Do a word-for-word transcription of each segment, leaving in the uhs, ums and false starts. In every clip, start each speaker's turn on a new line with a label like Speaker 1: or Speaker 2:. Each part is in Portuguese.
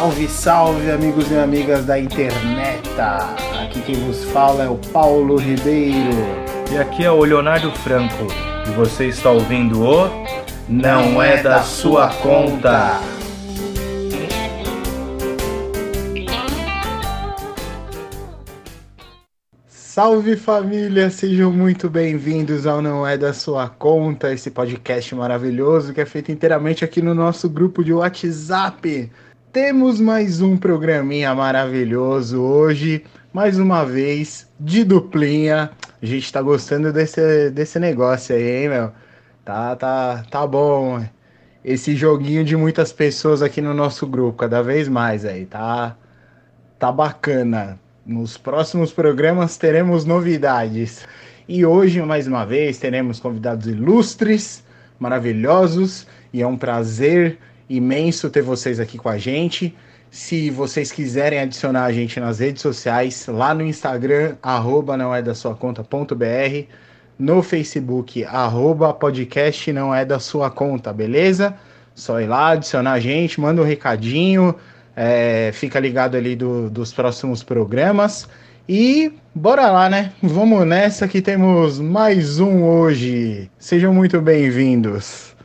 Speaker 1: Salve, salve, amigos e amigas da internet! Aqui quem vos fala é o Paulo Ribeiro.
Speaker 2: E aqui é o Leonardo Franco. E você está ouvindo o Não, Não é da Sua Conta.
Speaker 1: Salve, família! Sejam muito bem-vindos ao Não é da Sua Conta, esse podcast maravilhoso que é feito inteiramente aqui no nosso grupo de WhatsApp. Temos mais um programinha maravilhoso hoje, mais uma vez, de duplinha. A gente tá gostando desse, desse negócio aí, hein, meu? Tá, tá, tá bom. Esse joguinho de muitas pessoas aqui no nosso grupo, cada vez mais aí, tá, tá bacana. Nos próximos programas teremos novidades. E hoje, mais uma vez, teremos convidados ilustres, maravilhosos, e é um prazer imenso ter vocês aqui com a gente. Se vocês quiserem adicionar a gente nas redes sociais, lá no Instagram, arroba não é da sua conta ponto br, no Facebook, arroba podcast não é da sua conta, beleza? Só ir lá, adicionar a gente, manda um recadinho, é, fica ligado ali do, dos próximos programas. E bora lá, né? Vamos nessa que temos mais um hoje. Sejam muito bem-vindos.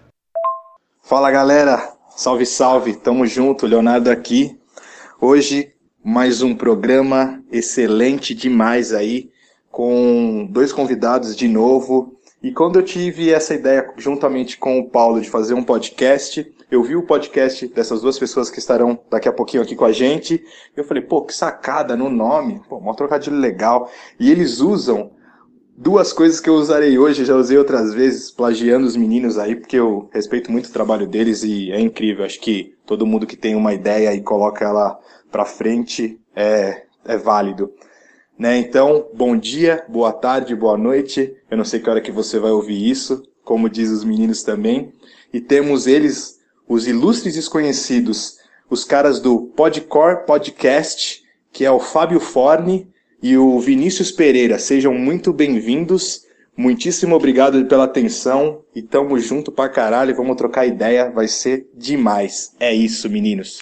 Speaker 3: Fala, galera! Salve, salve! Tamo junto, Leonardo aqui. Hoje, mais um programa excelente demais aí, com dois convidados de novo. E quando eu tive essa ideia, juntamente com o Paulo, de fazer um podcast, eu vi o podcast dessas duas pessoas que estarão daqui a pouquinho aqui com a gente, e eu falei, pô, que sacada no nome, pô, uma trocadilho legal. E eles usam duas coisas que eu usarei hoje, já usei outras vezes, plagiando os meninos aí, porque eu respeito muito o trabalho deles e é incrível. Acho que todo mundo que tem uma ideia e coloca ela pra frente é, é válido. Né? Então, bom dia, boa tarde, boa noite. Eu não sei que hora que você vai ouvir isso, como diz os meninos também. E temos eles, os ilustres desconhecidos, os caras do Podcore Podcast, que é o Fábio Forni e o Vinícius Pereira. Sejam muito bem-vindos. Muitíssimo obrigado pela atenção. E tamo junto pra caralho. Vamos trocar ideia. Vai ser demais. É isso, meninos.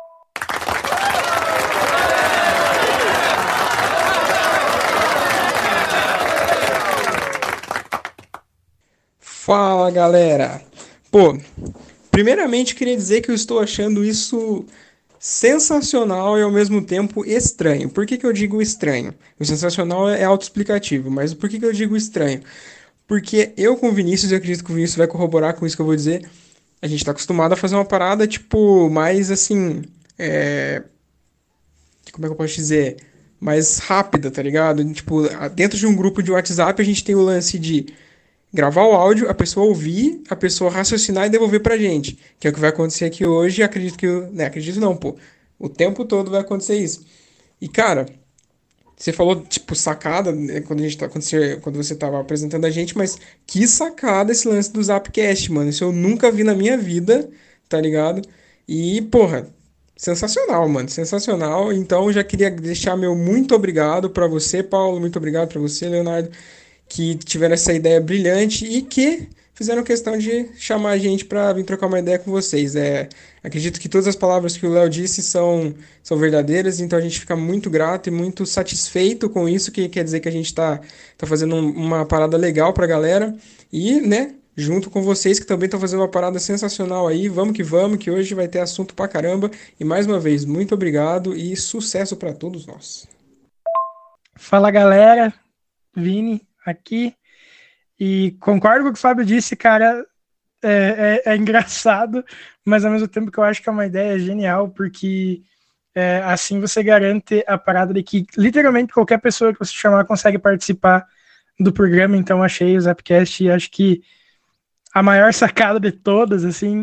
Speaker 4: Fala, galera! Pô, primeiramente queria dizer que eu estou achando isso sensacional e ao mesmo tempo estranho. Por que que eu digo estranho? O sensacional é autoexplicativo, mas por que que eu digo estranho? Porque eu com o Vinícius, eu acredito que o Vinícius vai corroborar com isso que eu vou dizer, a gente tá acostumado a fazer uma parada, tipo, mais assim, é... como é que eu posso dizer? Mais rápida, tá ligado? Tipo, dentro de um grupo de WhatsApp a gente tem o lance de gravar o áudio, a pessoa ouvir, a pessoa raciocinar e devolver pra gente. Que é o que vai acontecer aqui hoje, acredito que... Né, acredito não, pô. O tempo todo vai acontecer isso. E, cara, você falou, tipo, sacada, né, quando, a gente tá, quando, você, quando você tava apresentando a gente, mas que sacada esse lance do Zapcast, mano. Isso eu nunca vi na minha vida, tá ligado? E, porra, sensacional, mano. Sensacional. Então, já queria deixar meu muito obrigado pra você, Paulo. Muito obrigado pra você, Leonardo, que tiveram essa ideia brilhante e que fizeram questão de chamar a gente para vir trocar uma ideia com vocês. É, acredito que todas as palavras que o Léo disse são, são verdadeiras, então a gente fica muito grato e muito satisfeito com isso, que quer dizer que a gente está tá fazendo um, uma parada legal para a galera e, né, junto com vocês que também estão fazendo uma parada sensacional aí. Vamos que vamos, que hoje vai ter assunto pra caramba. E mais uma vez, muito obrigado e sucesso para todos nós.
Speaker 5: Fala, galera, Vini aqui, e concordo com o que o Fábio disse, cara, é, é, é engraçado, mas ao mesmo tempo que eu acho que é uma ideia genial, porque é, assim você garante a parada de que literalmente qualquer pessoa que você chamar consegue participar do programa. Então achei o Zapcast e acho que a maior sacada de todas, assim,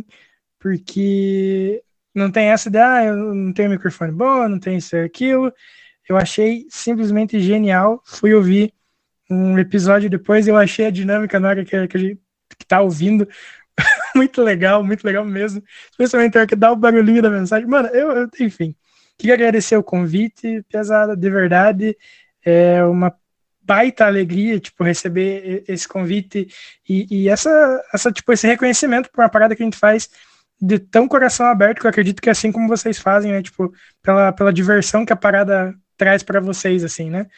Speaker 5: porque não tem essa de, ah, eu não tenho microfone bom, eu não tenho isso e aquilo. Eu achei simplesmente genial, fui ouvir um episódio depois, eu achei a dinâmica na hora que, que a gente que tá ouvindo muito legal, muito legal mesmo, especialmente na hora que dá o barulhinho da mensagem. Mano, eu, eu enfim, queria agradecer o convite, pesada, de verdade, é uma baita alegria, tipo, receber esse convite e, e essa, essa, tipo, esse reconhecimento por uma parada que a gente faz de tão coração aberto, que eu acredito que é assim como vocês fazem, né? Tipo, pela, pela diversão que a parada traz para vocês, assim, né?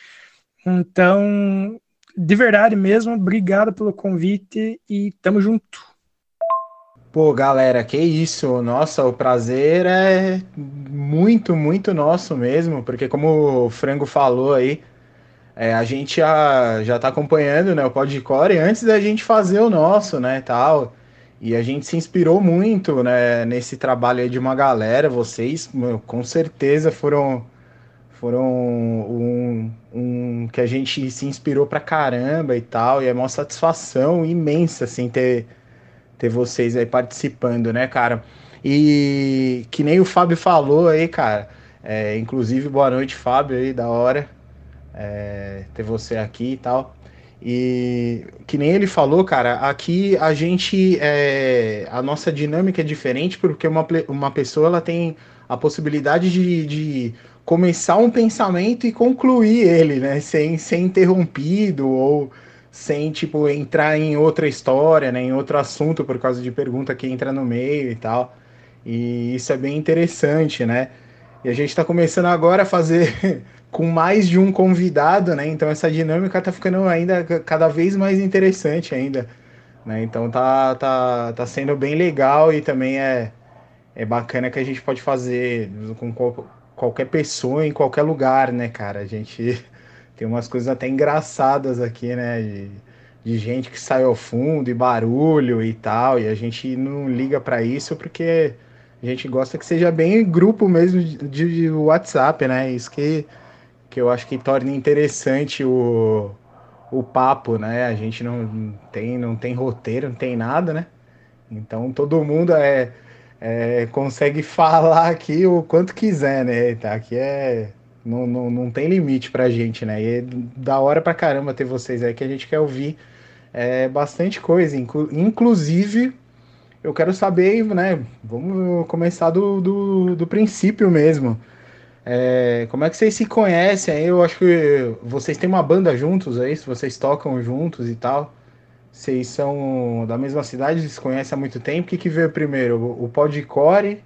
Speaker 5: Então, de verdade mesmo, obrigado pelo convite e tamo junto.
Speaker 1: Pô, galera, que isso. Nossa, o prazer é muito, muito nosso mesmo, porque como o Frango falou aí, é, a gente já, já tá acompanhando, né, o Podcore antes da gente fazer o nosso, né, tal. E a gente se inspirou muito, né, nesse trabalho aí de uma galera. Vocês, meu, com certeza foram foram um, um que a gente se inspirou pra caramba e tal. E é uma satisfação imensa, assim, ter ter vocês aí participando, né, cara? E que nem o Fábio falou aí, cara. É, inclusive, boa noite, Fábio, aí, da hora é, ter você aqui e tal. E que nem ele falou, cara, aqui a gente, é, a nossa dinâmica é diferente porque uma, uma pessoa ela tem a possibilidade de, de começar um pensamento e concluir ele, né, sem ser interrompido ou sem, tipo, entrar em outra história, né, em outro assunto por causa de pergunta que entra no meio e tal. E isso é bem interessante, né? E a gente está começando agora a fazer com mais de um convidado, né? Então essa dinâmica tá ficando ainda cada vez mais interessante ainda, né? Então tá, tá, tá sendo bem legal e também é, é bacana que a gente pode fazer com qual, qualquer pessoa em qualquer lugar, né, cara? A gente tem umas coisas até engraçadas aqui, né? De, de gente que sai ao fundo e barulho e tal, e a gente não liga para isso porque a gente gosta que seja bem grupo mesmo de, de WhatsApp, né? Isso que, que eu acho que torna interessante o, o papo, né? A gente não tem, não tem roteiro, não tem nada, né? Então todo mundo é, é, consegue falar aqui o quanto quiser, né? Tá, aqui é. Não, não, não tem limite pra gente, né? E é da hora pra caramba ter vocês aí que a gente quer ouvir é, bastante coisa. Inclu inclusive, eu quero saber, né? Vamos começar do, do, do princípio mesmo. É, como é que vocês se conhecem aí? Eu acho que vocês têm uma banda juntos aí, se vocês tocam juntos e tal. Vocês são da mesma cidade, se conhecem há muito tempo. O que, que veio primeiro? O, o Podcore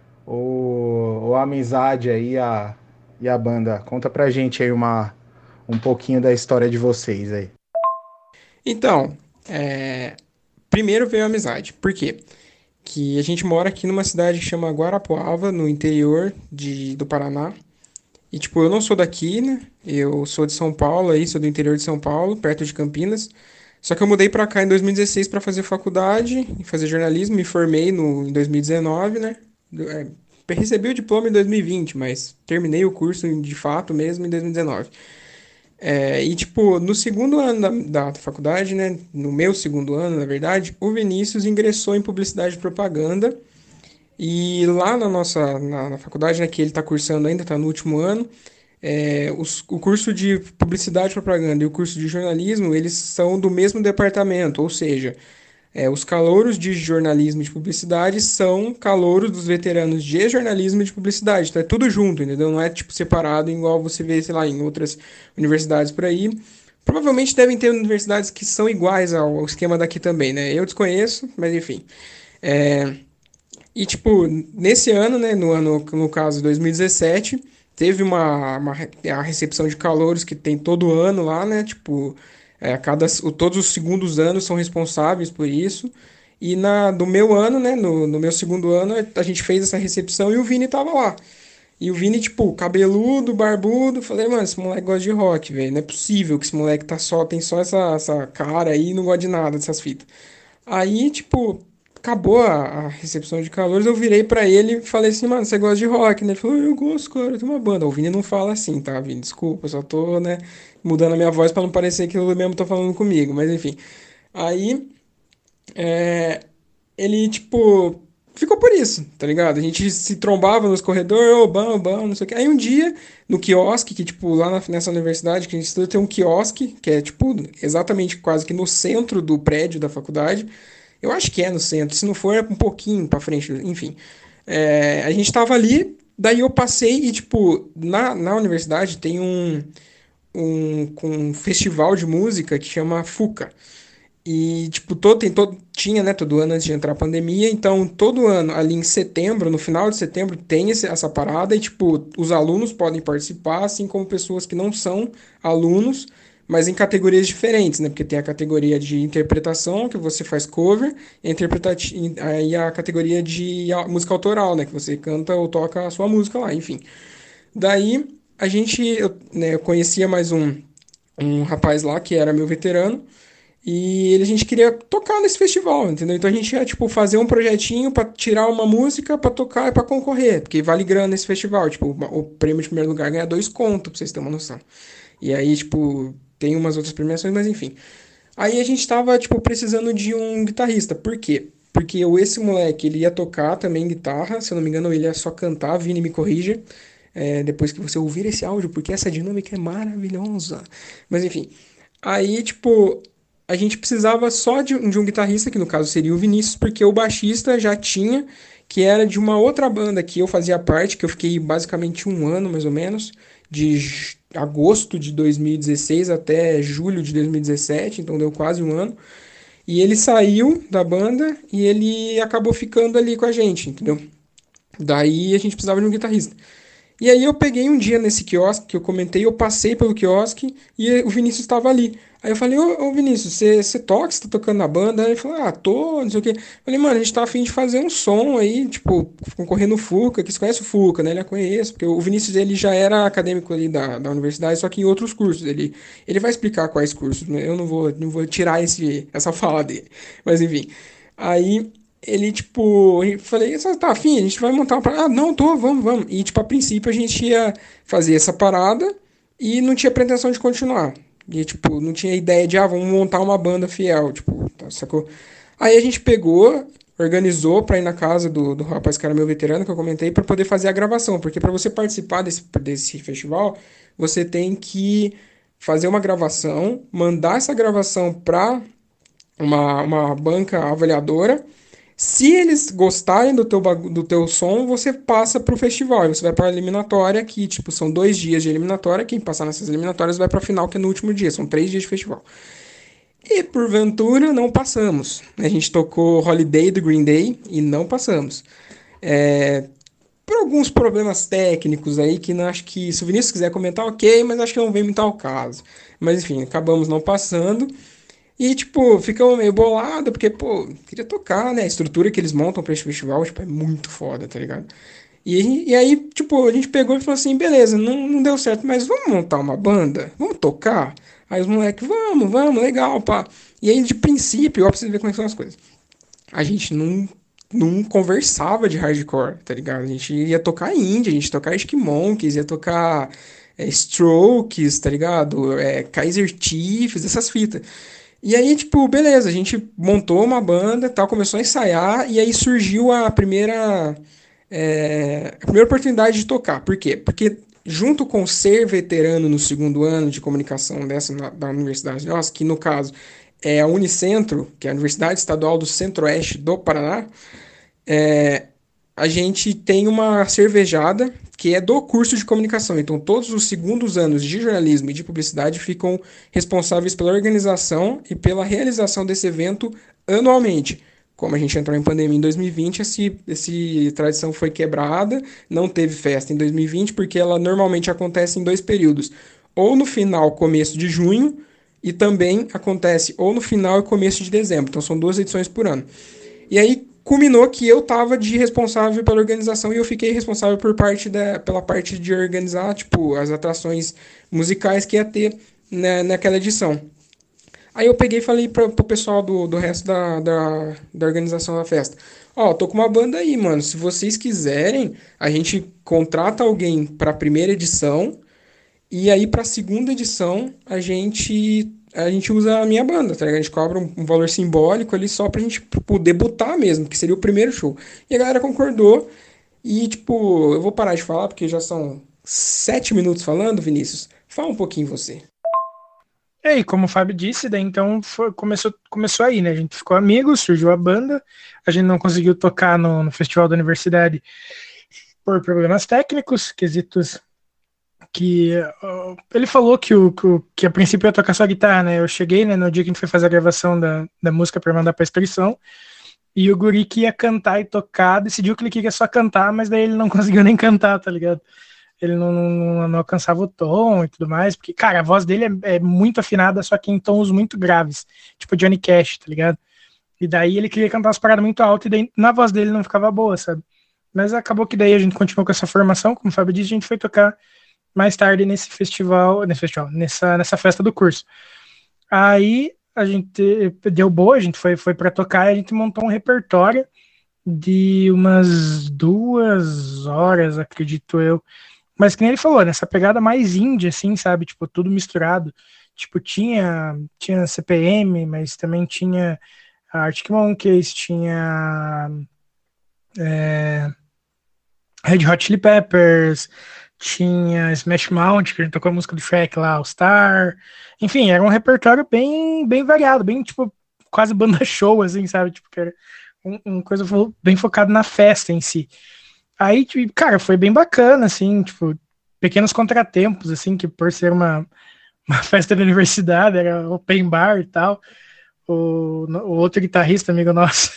Speaker 1: ou, ou a amizade aí a, e a banda? Conta pra gente aí uma, um pouquinho da história de vocês aí.
Speaker 4: Então, é, primeiro veio a amizade. Por quê? Que a gente mora aqui numa cidade que chama Guarapuava, no interior de, do Paraná. E, tipo, eu não sou daqui, né? Eu sou de São Paulo, aí, sou do interior de São Paulo, perto de Campinas. Só que eu mudei pra cá em dois mil e dezesseis para fazer faculdade e fazer jornalismo. Me formei no, em dois mil e dezenove, né? É, recebi o diploma em dois mil e vinte, mas terminei o curso de fato mesmo em dois mil e dezenove. É, e, tipo, no segundo ano da, da faculdade, né? No meu segundo ano, na verdade, o Vinícius ingressou em publicidade e propaganda. E lá na nossa na, na faculdade, né, que ele está cursando ainda, está no último ano, é, os, o curso de publicidade e propaganda e o curso de jornalismo, eles são do mesmo departamento, ou seja, é, os calouros de jornalismo e de publicidade são calouros dos veteranos de jornalismo e de publicidade. Então é tudo junto, entendeu? Não é tipo separado igual você vê, sei lá, em outras universidades por aí. Provavelmente devem ter universidades que são iguais ao, ao esquema daqui também, né? Eu desconheço, mas enfim. É, e, tipo, nesse ano, né, no ano, no caso, dois mil e dezessete, teve uma, uma re- a recepção de calouros que tem todo ano lá, né, tipo, é, a cada, o- todos os segundos anos são responsáveis por isso. E na, do meu ano, né, no, no meu segundo ano, a gente fez essa recepção e o Vini tava lá. E o Vini, tipo, cabeludo, barbudo, falei, mano, esse moleque gosta de rock, velho, não é possível que esse moleque tá só, tem só essa, essa cara aí e não gosta de nada dessas fitas. Aí, tipo, acabou a, a recepção de calores, eu virei pra ele e falei assim, mano, você gosta de rock, né? Ele falou, eu gosto, cara, eu tenho uma banda. O Vini não fala assim, tá, Vini? Desculpa, eu só tô, né, mudando a minha voz pra não parecer que eu mesmo tô falando comigo, mas enfim. Aí, é, ele, tipo, ficou por isso, tá ligado? A gente se trombava nos corredores, ô, bam, bam, não sei o quê. Aí um dia, no quiosque, que, tipo, lá na- nessa universidade que a gente estuda, tem um quiosque, que é, tipo, exatamente quase que no centro do prédio da faculdade. Eu acho que é no centro, se não for, é um pouquinho pra frente, enfim. É, a gente tava ali, daí eu passei e, tipo, na, na universidade tem um, um, um festival de música que chama FUCA. E, tipo, todo, tem todo, tinha, né, todo ano antes de entrar a pandemia, então todo ano, ali em setembro, no final de setembro, tem esse- essa parada e, tipo, os alunos podem participar, assim como pessoas que não são alunos, mas em categorias diferentes, né? Porque tem a categoria de interpretação, que você faz cover, e a, interpretati- aí a categoria de a- música autoral, né? Que você canta ou toca a sua música lá, enfim. Daí, a gente, eu, né, eu conhecia mais um, um rapaz lá, que era meu veterano, e ele, a gente queria tocar nesse festival, entendeu? Então a gente ia, tipo, fazer um projetinho pra tirar uma música pra tocar e pra concorrer, porque vale grana nesse festival. Tipo, o prêmio de primeiro lugar ganha dois contos, pra vocês terem uma noção. E aí, tipo, tem umas outras premiações, mas enfim. Aí a gente tava, tipo, precisando de um guitarrista. Por quê? Porque eu, esse moleque, ele ia tocar também guitarra, se eu não me engano, ele ia só cantar, Vini me corrija, é, depois que você ouvir esse áudio, porque essa dinâmica é maravilhosa. Mas enfim. Aí, tipo, a gente precisava só de, um- de um guitarrista, que no caso seria o Vinícius, porque o baixista já tinha, que era de uma outra banda que eu fazia parte, que eu fiquei basicamente um ano, mais ou menos, de j- agosto de dois mil e dezesseis até julho de dois mil e dezessete, então deu quase um ano. E ele saiu da banda e ele acabou ficando ali com a gente, entendeu? Daí a gente precisava de um guitarrista. E aí eu peguei um dia nesse quiosque que eu comentei, eu passei pelo quiosque e o Vinícius estava ali. Aí eu falei, ô, ô Vinícius, você você toca, você tá tocando na banda? Aí ele falou, ah, tô, não sei o quê. Eu falei, mano, a gente tá a fim de fazer um som aí, tipo, concorrendo no Fuca, que você conhece o Fuca, né? Ele já conhece, porque o Vinícius, ele já era acadêmico ali da, da universidade, só que em outros cursos. Ele, ele vai explicar quais cursos, né? Eu não vou, não vou tirar esse, essa fala dele. Mas enfim. Aí ele, tipo, eu falei, você tá afim? A gente vai montar uma parada. Ah, não, tô, vamos, vamos. E, tipo, a princípio a gente ia fazer essa parada e não tinha pretensão de continuar. E, tipo, não tinha ideia de, ah, vamos montar uma banda fiel, tipo, tá, sacou? Aí a gente pegou, organizou pra ir na casa do, do rapaz que era meu veterano, que eu comentei, pra poder fazer a gravação. Porque pra você participar desse, desse festival, você tem que fazer uma gravação, mandar essa gravação pra uma, uma banca avaliadora. Se eles gostarem do teu, bagu- do teu som, você passa pro festival. E você vai pra eliminatória, que, tipo, são dois dias de eliminatória. Quem passar nessas eliminatórias vai pra final, que é no último dia. São três dias de festival. E, porventura, não passamos. A gente tocou Holiday do Green Day e não passamos. É, por alguns problemas técnicos aí, que não acho que, se o Vinícius quiser comentar, ok, mas acho que não vem muito ao caso. Mas, enfim, acabamos não passando. E, tipo, ficamos meio bolado, porque, pô, queria tocar, né? A estrutura que eles montam pra esse festival, tipo, é muito foda, tá ligado? E, e aí, tipo, a gente pegou e falou assim, beleza, não, não deu certo, mas vamos montar uma banda? Vamos tocar? Aí os moleques, vamos, vamos, legal, pá. E aí, de princípio, ó, pra você ver como é que são as coisas. A gente não, não conversava de hardcore, tá ligado? A gente ia tocar indie, a gente ia tocar Arctic Monkeys, ia tocar é, Strokes, tá ligado? É, Kaiser Chiefs, essas fitas. E aí, tipo, beleza, a gente montou uma banda, e tal, começou a ensaiar, e aí surgiu a primeira, é, a primeira oportunidade de tocar. Por quê? Porque junto com ser veterano no segundo ano de comunicação dessa na- da universidade nossa, que no caso é a Unicentro, que é a Universidade Estadual do Centro-Oeste do Paraná, é, a gente tem uma cervejada que é do curso de comunicação. Então, todos os segundos anos de jornalismo e de publicidade ficam responsáveis pela organização e pela realização desse evento anualmente. Como a gente entrou em pandemia em dois mil e vinte, esse, esse tradição foi quebrada, não teve festa em dois mil e vinte, porque ela normalmente acontece em dois períodos, ou no final, começo de junho, e também acontece ou no final e começo de dezembro. Então, são duas edições por ano. E aí culminou que eu tava de responsável pela organização e eu fiquei responsável por parte da, pela parte de organizar, tipo, as atrações musicais que ia ter, né, naquela edição. Aí eu peguei e falei pra, pro pessoal do, do resto da, da, da organização da festa. Ó, tô com uma banda aí, mano. Se vocês quiserem, a gente contrata alguém pra primeira edição e aí, pra segunda edição, a gente a gente usa a minha banda, tá ligado? A gente cobra um, um valor simbólico ali só pra gente poder debutar mesmo, que seria o primeiro show. E a galera concordou. E, tipo, eu vou parar de falar porque já são sete minutos falando, Vinícius. Fala um pouquinho você.
Speaker 5: E aí, como o Fábio disse, daí então foi- começou, começou aí, né? A gente ficou amigo, surgiu a banda, a gente não conseguiu tocar no, no festival da universidade por problemas técnicos, quesitos que uh, ele falou que, o, que, o, que a princípio ia tocar só guitarra, né? Eu cheguei, né, no dia que a gente foi fazer a gravação da, da música para mandar pra inscrição, e o guri que ia cantar e tocar decidiu que ele queria só cantar, mas daí ele não conseguiu nem cantar, tá ligado? Ele não, não, não alcançava o tom e tudo mais, porque, cara, a voz dele é, é muito afinada, só que em tons muito graves, tipo Johnny Cash, tá ligado? E daí ele queria cantar umas paradas muito altas, e daí na voz dele não ficava boa, sabe? Mas acabou que daí a gente continuou com essa formação, como o Fábio disse, a gente foi tocar mais tarde nesse festival, nesse festival, nessa, nessa festa do curso. Aí a gente deu boa, a gente foi, foi para tocar e a gente montou um repertório de umas duas horas, acredito eu. Mas que nem ele falou, nessa pegada mais indie, assim, sabe? Tipo, tudo misturado. Tipo, tinha, tinha C P M, mas também tinha Arctic Monkeys, tinha é, Red Hot Chili Peppers, tinha Smash Mouth, que a gente tocou a música do Shrek lá, All Star. Enfim, era um repertório bem, bem variado, bem, tipo, quase banda show, assim, sabe? Tipo, que era uma um coisa bem focada na festa em si. Aí, tipo, cara, foi bem bacana, assim, tipo, pequenos contratempos, assim, que por ser uma, uma festa da universidade, era open bar e tal. O, o outro guitarrista, amigo nosso,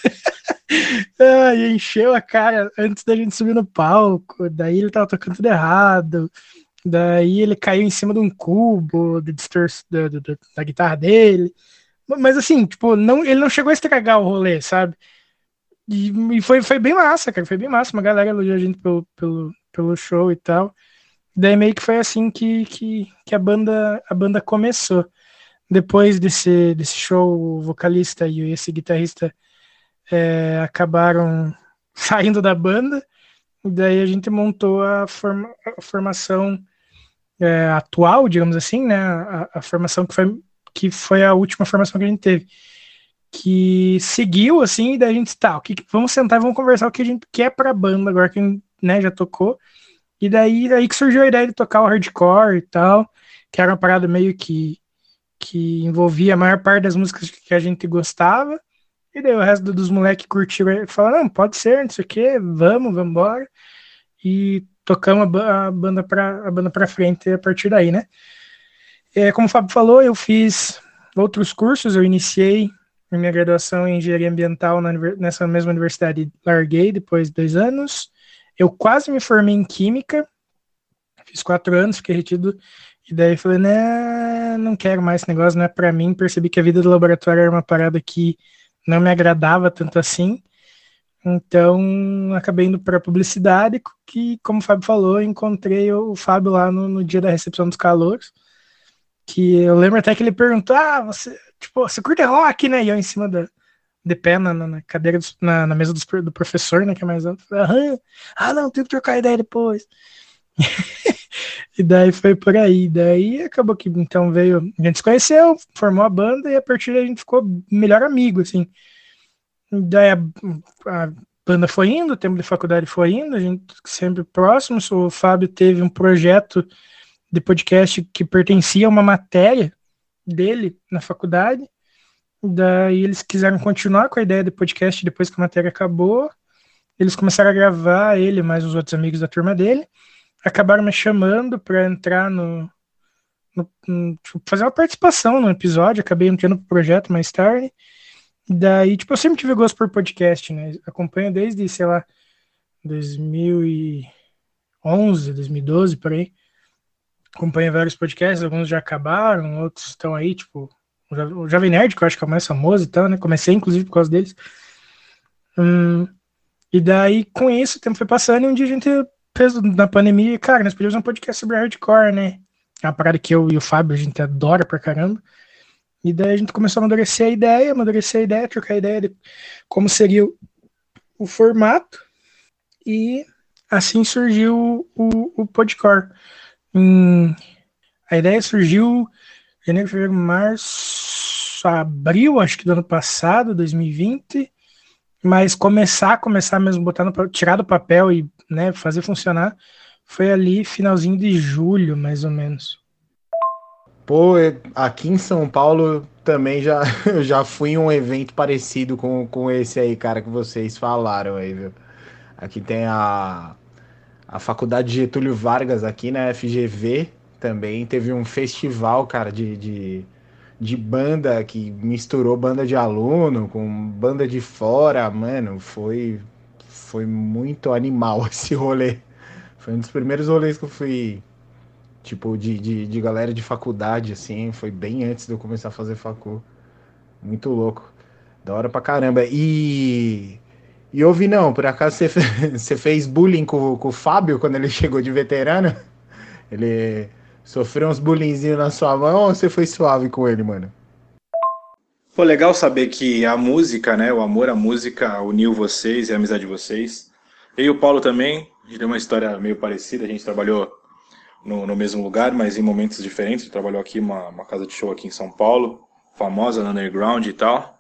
Speaker 5: ah, encheu a cara antes da gente subir no palco, daí ele tava tocando tudo errado, daí ele caiu em cima de um cubo de distorção da, da, da guitarra dele, mas assim, tipo, não, ele não chegou a estragar o rolê, sabe? E, e foi, foi bem massa, cara, foi bem massa, uma galera elogiou a gente pelo, pelo, pelo show e tal, daí meio que foi assim que, que, que a, banda, a banda começou. Depois desse, desse show, o vocalista e esse guitarrista é, acabaram saindo da banda, e daí a gente montou a, forma, a formação é, atual, digamos assim, né? A, a formação que foi, que foi a última formação que a gente teve, que seguiu assim, e daí a gente tá, o que, vamos sentar e vamos conversar o que a gente quer pra banda, agora que, né, já tocou, e daí, daí que surgiu a ideia de tocar o hardcore e tal, que era uma parada meio que que envolvia a maior parte das músicas que a gente gostava, e daí o resto dos moleques curtiu e falaram, não, pode ser, não sei o que, vamos, vamos embora, e tocamos a, a, banda pra, a banda pra frente a partir daí, né? É, como o Fábio falou, eu fiz outros cursos, eu iniciei a minha graduação em Engenharia Ambiental na, nessa mesma universidade, larguei depois de dois anos, eu quase me formei em Química, fiz quatro anos, fiquei retido. E daí eu falei, né, não quero mais esse negócio, não é pra mim. Percebi que a vida do laboratório era uma parada que não me agradava tanto assim. Então, acabei indo pra publicidade, que, como o Fábio falou, encontrei o Fábio lá no, no dia da recepção dos calouros, que eu lembro até que ele perguntou, ah, você, tipo, você curte rock, né? E eu em cima da, de pé na, na cadeira, dos, na, na mesa dos, do professor, né, que é mais alto. Falei, ah, não, tem que trocar ideia depois. E daí foi por aí, daí acabou que então veio, a gente se conheceu, formou a banda e a partir daí a gente ficou melhor amigo, assim. Daí a, a banda foi indo, o tempo de faculdade foi indo, a gente sempre próximos. O Fábio teve um projeto de podcast que pertencia a uma matéria dele na faculdade, daí eles quiseram continuar com a ideia de podcast depois que a matéria acabou, eles começaram a gravar, ele mais os outros amigos da turma dele, acabaram me chamando para entrar no, no, no tipo, fazer uma participação no episódio, acabei entrando pro projeto mais tarde, e daí, tipo, eu sempre tive gosto por podcast, né, acompanho desde, sei lá, dois mil e onze, dois mil e doze, por aí, acompanho vários podcasts, alguns já acabaram, outros estão aí, tipo, o Jovem Nerd, que eu acho que é o mais famoso e tal, né, comecei inclusive por causa deles, hum, e daí, com isso, o tempo foi passando e um dia a gente fez na pandemia, cara, nós podíamos fazer um podcast sobre hardcore, né? É uma parada que eu e o Fábio, a gente adora pra caramba. E daí a gente começou a amadurecer a ideia, amadurecer a ideia, trocar a ideia de como seria o, o formato. E assim surgiu o, o Podcore. Hum, a ideia surgiu em janeiro, fevereiro, março, abril, acho que do ano passado, dois mil e vinte. Mas começar, começar mesmo, botar no, tirar do papel e, né, fazer funcionar, foi ali finalzinho de julho, mais ou menos.
Speaker 1: Pô, aqui em São Paulo também já, eu já fui em um evento parecido com, com esse aí, cara, que vocês falaram aí, viu? Aqui tem a, a faculdade Getúlio Vargas aqui na F G V também teve um festival, cara, de, de, de banda que misturou banda de aluno com banda de fora, mano, foi, foi muito animal esse rolê. Foi um dos primeiros rolês que eu fui, tipo, de, de, de galera de faculdade, assim, foi bem antes de eu começar a fazer facu. Muito louco. Da hora pra caramba. E... E ouvi, não, por acaso você, fe- você fez bullying com, com o Fábio quando ele chegou de veterano? Ele sofreu uns bullyingzinhos na sua mão ou você foi suave com ele, mano?
Speaker 3: Pô, legal saber que a música, né, o amor à música uniu vocês e a amizade de vocês. Eu e o Paulo também, a gente tem uma história meio parecida, a gente trabalhou no, no mesmo lugar, mas em momentos diferentes. A gente trabalhou aqui, uma, uma casa de show aqui em São Paulo, famosa no underground e tal.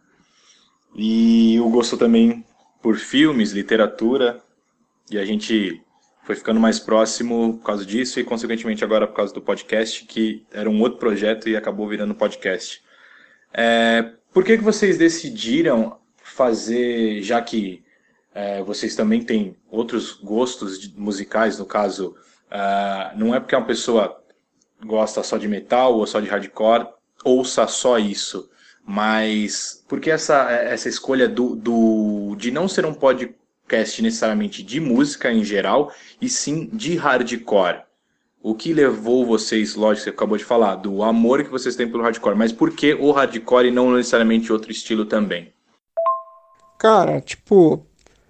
Speaker 3: E o gosto também por filmes, literatura, e a gente foi ficando mais próximo por causa disso e, consequentemente, agora por causa do podcast, que era um outro projeto e acabou virando podcast. É, por que que vocês decidiram fazer, já que é, vocês também têm outros gostos de- musicais, no caso, ah, não é porque uma pessoa gosta só de metal ou só de hardcore, ouça só isso. Mas por que essa, essa escolha do, do, de não ser um podcast necessariamente de música em geral, e sim de hardcore? O que levou vocês, lógico, você acabou de falar, do amor que vocês têm pelo hardcore, mas por que o hardcore e não necessariamente outro estilo também?
Speaker 4: Cara, tipo,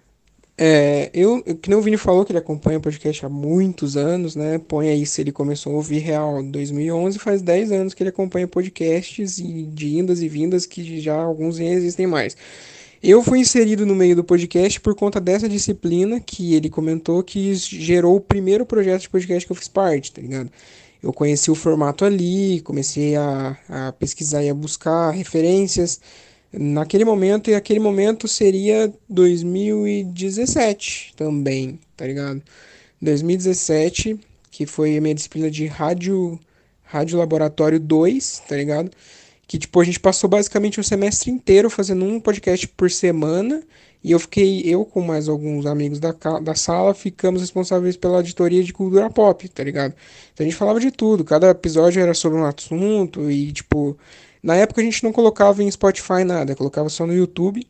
Speaker 4: é, eu, que nem o Vini falou que ele acompanha o podcast há muitos anos, né? Põe aí se ele começou a ouvir real em dois mil e onze, faz dez anos que ele acompanha podcasts e de indas e vindas que já alguns nem existem mais. Eu fui inserido no meio do podcast por conta dessa disciplina que ele comentou que gerou o primeiro projeto de podcast que eu fiz parte, tá ligado? Eu conheci o formato ali, comecei a, a pesquisar e a buscar referências naquele momento, e aquele momento seria dois mil e dezessete também, tá ligado? dois mil e dezessete, que foi a minha disciplina de rádio, rádio laboratório dois, tá ligado? Que, tipo, a gente passou basicamente o semestre inteiro fazendo um podcast por semana, e eu fiquei, eu com mais alguns amigos da, ca- da sala, ficamos responsáveis pela editoria de cultura pop, tá ligado? Então a gente falava de tudo, cada episódio era sobre um assunto, e, tipo, na época a gente não colocava em Spotify nada, colocava só no YouTube,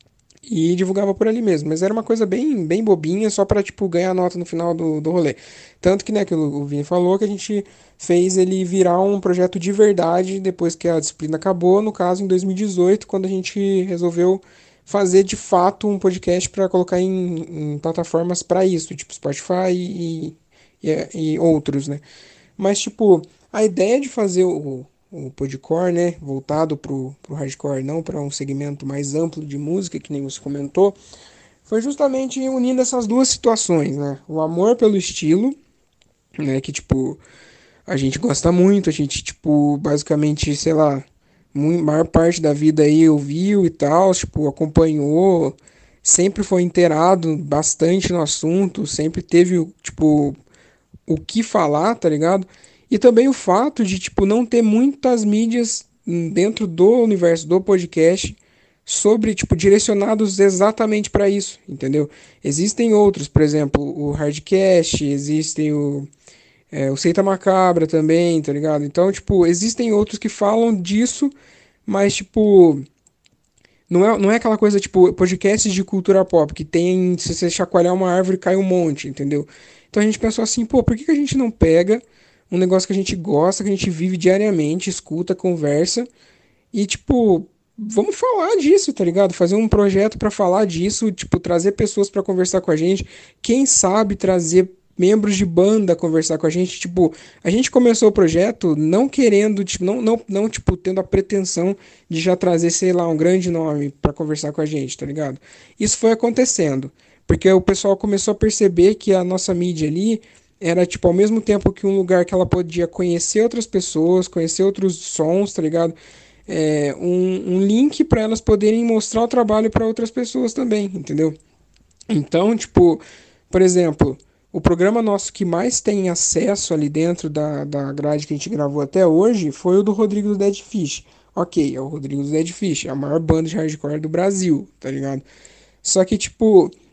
Speaker 4: e divulgava por ali mesmo, mas era uma coisa bem, bem bobinha, só pra, tipo, ganhar nota no final do, do rolê. Tanto que, né, que o o Vini falou que a gente fez ele virar um projeto de verdade depois que a disciplina acabou, no caso em dois mil e dezoito, quando a gente resolveu fazer de fato um podcast para colocar em, em plataformas para isso, tipo Spotify e, e, e outros, né? Mas, tipo, a ideia de fazer o, o podcore, né, voltado pro, pro hardcore, não para um segmento mais amplo de música, que nem você comentou, foi justamente unindo essas duas situações, né? O amor pelo estilo, né, que, tipo, a gente gosta muito, a gente, tipo, basicamente, sei lá, mu- maior parte da vida aí ouviu e tal, tipo, acompanhou, sempre foi inteirado bastante no assunto, sempre teve, tipo, o que falar, tá ligado? E também o fato de, tipo, não ter muitas mídias hum, dentro do universo do podcast sobre, tipo, direcionados exatamente para isso, entendeu? Existem outros, por exemplo, o Hardcast, existem o, é, o Seita Macabra também, tá ligado? Então, tipo, existem outros que falam disso, mas, tipo, não é, não é aquela coisa, tipo, podcasts de cultura pop, que tem, se você chacoalhar uma árvore, cai um monte, entendeu? Então a gente pensou assim, pô, por que que a gente não pega um negócio que a gente gosta, que a gente vive diariamente, escuta, conversa, e, tipo, vamos falar disso, tá ligado? Fazer um projeto pra falar disso, tipo, trazer pessoas pra conversar com a gente, quem sabe trazer membros de banda conversar com a gente, tipo, a gente começou o projeto não querendo, tipo, não, não, não, tipo, tendo a pretensão de já trazer, sei lá, um grande nome pra conversar com a gente, tá ligado? Isso foi acontecendo, porque o pessoal começou a perceber que a nossa mídia ali era, tipo, ao mesmo tempo que um lugar que ela podia conhecer outras pessoas, conhecer outros sons, tá ligado? É, um, um link para elas poderem mostrar o trabalho para outras pessoas também, entendeu? Então, tipo, por exemplo, o programa nosso que mais tem acesso ali dentro da, da grade que a gente gravou até hoje foi o do Rodrigo do Dead Fish. Ok, é o Rodrigo do Dead Fish, a maior banda de hardcore do Brasil, tá ligado? Só que, tipo,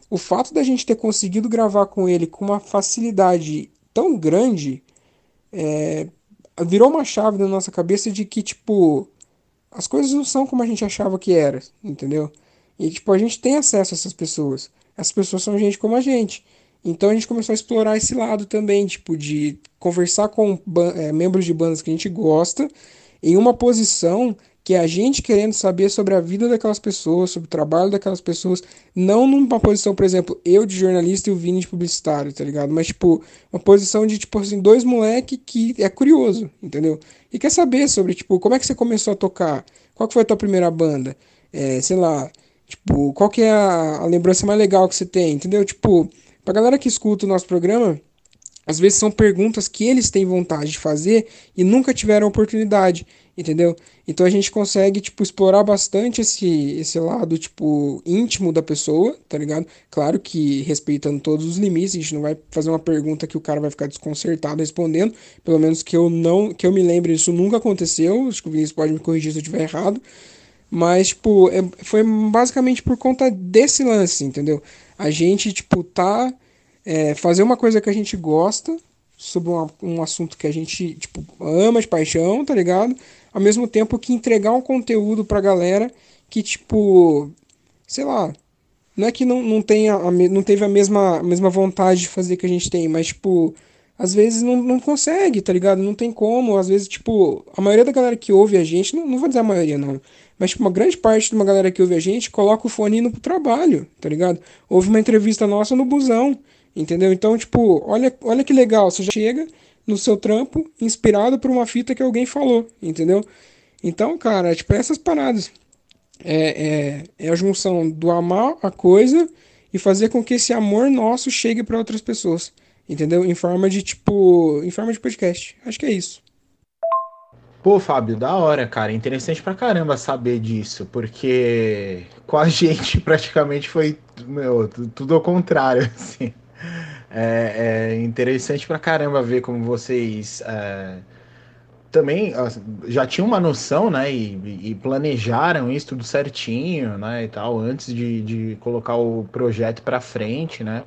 Speaker 4: o fato da gente ter conseguido gravar com ele com uma facilidade tão grande virou uma chave na nossa cabeça de que, tipo, as coisas não são como a gente achava que era, entendeu? E, tipo, a gente tem acesso a essas pessoas. Essas pessoas são gente como a gente. Então a gente começou a explorar esse lado também, tipo, de conversar com ban- eh, membros de bandas que a gente gosta, em uma posição que é a gente querendo saber sobre a vida daquelas pessoas, sobre o trabalho daquelas pessoas, não numa posição, por exemplo, eu de jornalista e o Vini de publicitário, tá ligado? Mas, tipo, uma posição de, tipo assim, dois moleque que é curioso, entendeu? E quer saber sobre, tipo, como é que você começou a tocar? Qual que foi a tua primeira banda? É, sei lá, tipo, qual que é a, a lembrança mais legal que você tem, entendeu? Tipo, pra galera que escuta o nosso programa, às vezes são perguntas que eles têm vontade de fazer e nunca tiveram oportunidade, entendeu? Então a gente consegue, tipo, explorar bastante esse, esse lado, tipo, íntimo da pessoa, tá ligado? Claro que respeitando todos os limites, a gente não vai fazer uma pergunta que o cara vai ficar desconcertado respondendo, pelo menos que eu não, que eu me lembre, isso nunca aconteceu, acho que o Vinícius pode me corrigir se eu estiver errado, mas, tipo, é- foi basicamente por conta desse lance, entendeu? A gente, tipo, tá é, fazer uma coisa que a gente gosta, sobre um, um assunto que a gente, tipo, ama de paixão, tá ligado? Ao mesmo tempo que entregar um conteúdo pra galera que, tipo, sei lá, não é que não, não tenha, a me- não teve a mesma, a mesma vontade de fazer que a gente tem, mas, tipo, às vezes não, não consegue, tá ligado? Não tem como, às vezes, tipo, a maioria da galera que ouve a gente, não, não vou dizer a maioria, não, mas, tipo, uma grande parte de uma galera que ouve a gente coloca o fone indo pro trabalho, tá ligado? Ouve uma entrevista nossa no busão, entendeu? Então, tipo, olha, olha que legal, você já chega no seu trampo inspirado por uma fita que alguém falou, entendeu? Então, cara, tipo, essas paradas. É, é, é a junção do amar a coisa e fazer com que esse amor nosso chegue para outras pessoas. Entendeu? Em forma de tipo, em forma de podcast. Acho que é isso.
Speaker 1: Pô, Fábio, da hora, cara. Interessante pra caramba saber disso, porque com a gente praticamente foi, meu, tu- tudo ao contrário, assim. É, é interessante pra caramba ver como vocês é, também ah, já tinham uma noção, né, e, e planejaram isso tudo certinho, né, e tal, antes de, de colocar o projeto pra frente, né.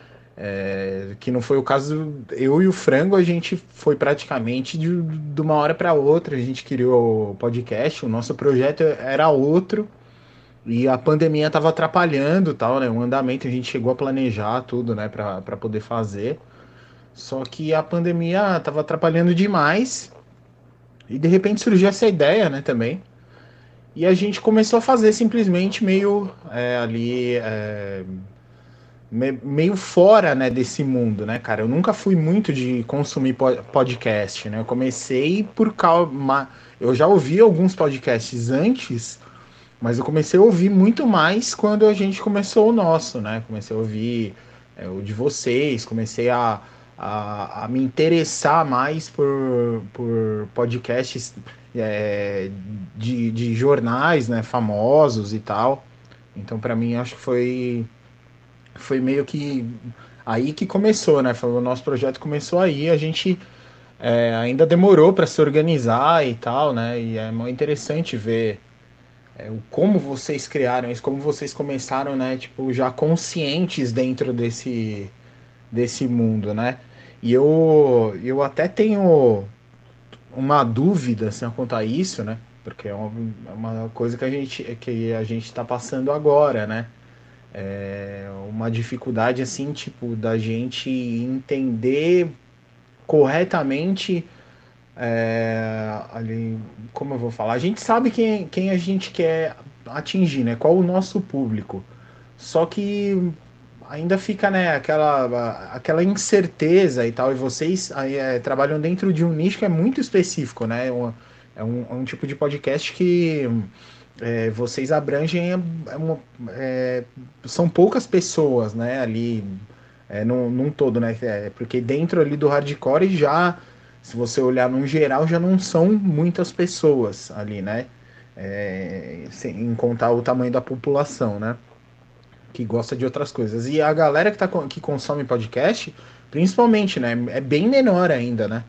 Speaker 1: É, que não foi o caso, eu e o Frango, a gente foi praticamente de, de uma hora para outra, a gente criou o podcast, o nosso projeto era outro, e a pandemia estava atrapalhando tal, né, o andamento, a gente chegou a planejar tudo, né, para poder fazer, só que a pandemia estava atrapalhando demais, e de repente surgiu essa ideia, né, também, e a gente começou a fazer simplesmente meio é, ali... É, me- meio fora, né, desse mundo, né, cara? Eu nunca fui muito de consumir po- podcast, né? Eu comecei por causa... Eu já ouvi alguns podcasts antes, mas eu comecei a ouvir muito mais quando a gente começou o nosso, né? Comecei a ouvir é, o de vocês, comecei a, a, a me interessar mais por, por podcasts é, de, de jornais, né, famosos e tal. Então, para mim, acho que foi foi meio que aí que começou, né? Foi, o nosso projeto começou aí, a gente é, ainda demorou para se organizar e tal, né? E é muito interessante ver é, o como vocês criaram isso, como vocês começaram, né? Tipo, já conscientes dentro desse, desse mundo, né? E eu, eu até tenho uma dúvida assim, quanto a isso, né? Porque é uma, é uma coisa que a gente que a gente está passando agora, né? É uma dificuldade assim, tipo, da gente entender corretamente é, ali, como eu vou falar, a gente sabe quem, quem a gente quer atingir, né? Qual o nosso público. Só que ainda fica, né, aquela, aquela incerteza e tal, e vocês aí, é, trabalham dentro de um nicho que é muito específico, né? É um, é um, é um tipo de podcast que é, vocês abrangem é, uma- é, são poucas pessoas, né, ali é, num, num todo, né, é, porque dentro ali do hardcore já, se você olhar no geral, já não são muitas pessoas ali, né, é, sem contar o tamanho da população, né, que gosta de outras coisas. E a galera que, tá, que consome podcast, principalmente, né, é bem menor ainda, né,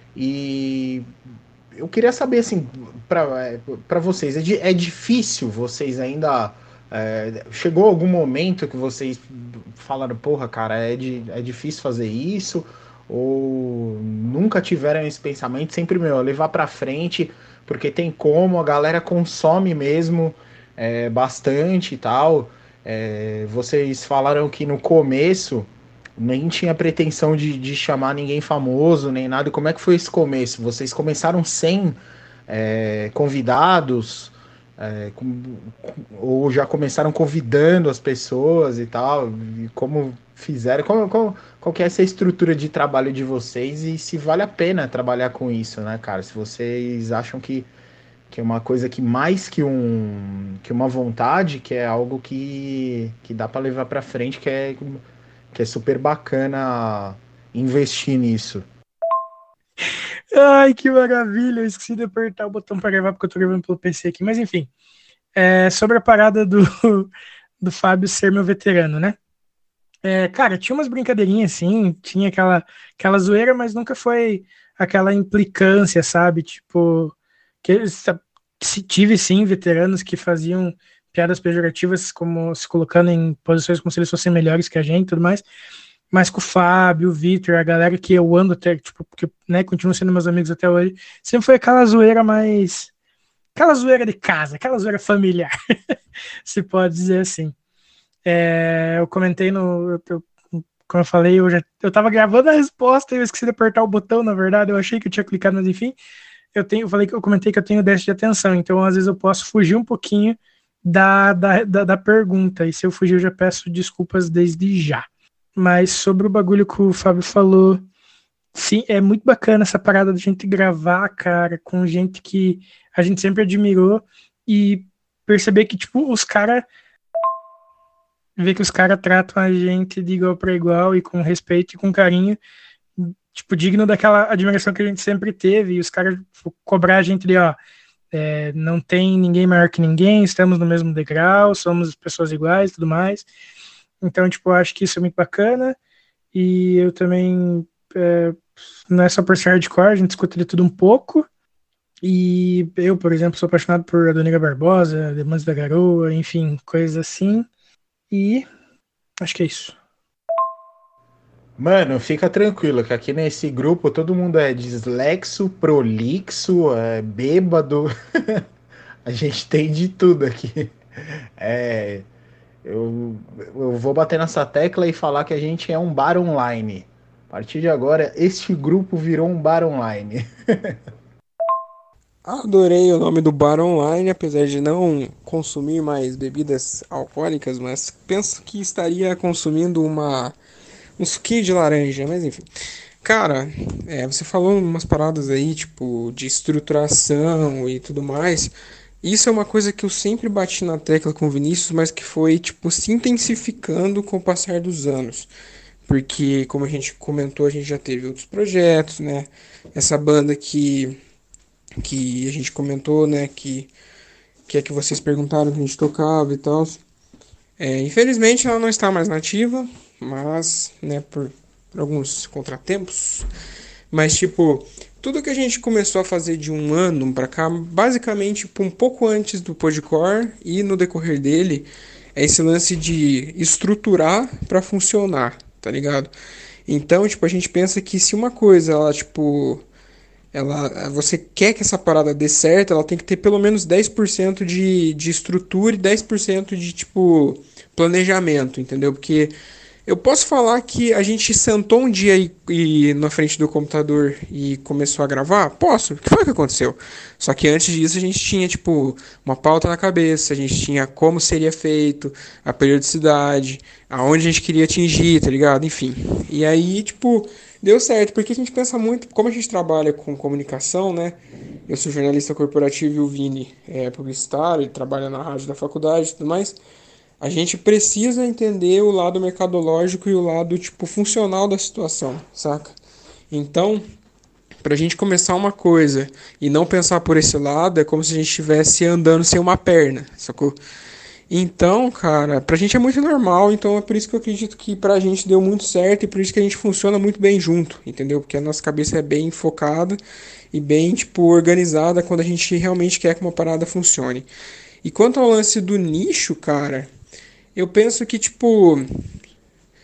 Speaker 1: e eu queria saber, assim, para vocês, é, é difícil vocês ainda. É, chegou algum momento que vocês falaram, porra, cara, é, de, é difícil fazer isso? Ou nunca tiveram esse pensamento? Sempre, meu, levar pra frente, porque tem como, a galera consome mesmo é, bastante e tal. É, vocês falaram que no começo nem tinha pretensão de, de chamar ninguém famoso, nem nada. Como é que foi esse começo? Vocês começaram sem é, convidados? É, com- ou já começaram convidando as pessoas e tal? E como fizeram? Como, como- qual que é essa estrutura de trabalho de vocês e se vale a pena trabalhar com isso, né, cara? Se vocês acham que, que é uma coisa que mais que um que uma vontade, que é algo que, que dá para levar para frente, que é que é super bacana investir nisso.
Speaker 5: Ai, que maravilha! Eu esqueci de apertar o botão para gravar porque eu tô gravando pelo P C aqui. Mas enfim, é, sobre a parada do, do Fábio ser meu veterano, né? É, cara, tinha umas brincadeirinhas assim, tinha aquela, aquela zoeira, mas nunca foi aquela implicância, sabe? Tipo, que sa- se tive sim veteranos que faziam piadas pejorativas, como se colocando em posições como se eles fossem melhores que a gente e tudo mais. Mas com o Fábio, o Vitor, a galera que eu ando até, tipo, porque, né, continuam sendo meus amigos até hoje, sempre foi aquela zoeira mais. Aquela zoeira de casa, aquela zoeira familiar, se pode dizer assim. É, eu comentei no. Eu, eu- como eu falei, eu já eu tava gravando a resposta e eu esqueci de apertar o botão, na verdade. Eu achei que eu tinha clicado, mas enfim. Eu tenho, eu falei que eu comentei que eu tenho déficit de atenção, então às vezes eu posso fugir um pouquinho da, da, da, da pergunta. E se eu fugir, eu já peço desculpas desde já. Mas sobre o bagulho que o Fábio falou, sim, é muito bacana essa parada da gente gravar, cara, com gente que a gente sempre admirou e perceber que, tipo, os caras ver que os caras tratam a gente de igual para igual e com respeito e com carinho, tipo, digno daquela admiração que a gente sempre teve, e os caras tipo, cobrar a gente de, ó, é, não tem ninguém maior que ninguém, estamos no mesmo degrau, somos pessoas iguais e tudo mais. Então, tipo, eu acho que isso é muito bacana, e eu também, é, não é só por ser hardcore, a gente escuta de tudo um pouco, e eu, por exemplo, sou apaixonado por Adoniga Barbosa, Demandos da Garoa, enfim, coisas assim, e acho que é isso.
Speaker 1: Mano, fica tranquilo que aqui nesse grupo todo mundo é dislexo, prolixo, é bêbado. A gente tem de tudo aqui. É, eu, eu vou bater nessa tecla e falar que a gente é um bar online. A partir de agora, este grupo virou um bar online.
Speaker 4: Adorei o nome do bar online, apesar de não consumir mais bebidas alcoólicas, mas penso que estaria consumindo uma um suquinho de laranja, mas enfim. Cara, é, você falou umas paradas aí, tipo, de estruturação e tudo mais. Isso é uma coisa que eu sempre bati na tecla com o Vinícius, mas que foi, tipo, se intensificando com o passar dos anos. Porque, como a gente comentou, a gente já teve outros projetos, né? Essa banda que, que a gente comentou, né? Que, que é que vocês perguntaram que a gente tocava e tal. É, infelizmente ela não está mais nativa, mas, né, por, por alguns contratempos. Mas, tipo, tudo que a gente começou a fazer de um ano pra cá, basicamente, tipo, um pouco antes do Podcore e no decorrer dele, é esse lance de estruturar pra funcionar, tá ligado? Então, tipo, a gente pensa que se uma coisa, ela, tipo, ela, você quer que essa parada dê certo, ela tem que ter pelo menos dez por cento de, de estrutura e dez por cento de, tipo, planejamento, entendeu? Porque eu posso falar que a gente sentou um dia e, e na frente do computador e começou a gravar? Posso. O que foi que aconteceu? Só que antes disso a gente tinha, tipo, uma pauta na cabeça, a gente tinha como seria feito, a periodicidade, aonde a gente queria atingir, tá ligado? Enfim. E aí, tipo, deu certo, porque a gente pensa muito, como a gente trabalha com comunicação, né? Eu sou jornalista corporativo e o Vini é publicitário, ele trabalha na rádio da faculdade e tudo mais. A gente precisa entender o lado mercadológico e o lado, tipo, funcional da situação, saca? Então, pra gente começar uma coisa e não pensar por esse lado, é como se a gente estivesse andando sem uma perna, sacou? Então, cara, pra gente é muito normal, então é por isso que eu acredito que pra gente deu muito certo e por isso que a gente funciona muito bem junto, entendeu? Porque a nossa cabeça é bem focada e bem, tipo, organizada quando a gente realmente quer que uma parada funcione. E quanto ao lance do nicho, cara, eu penso que, tipo,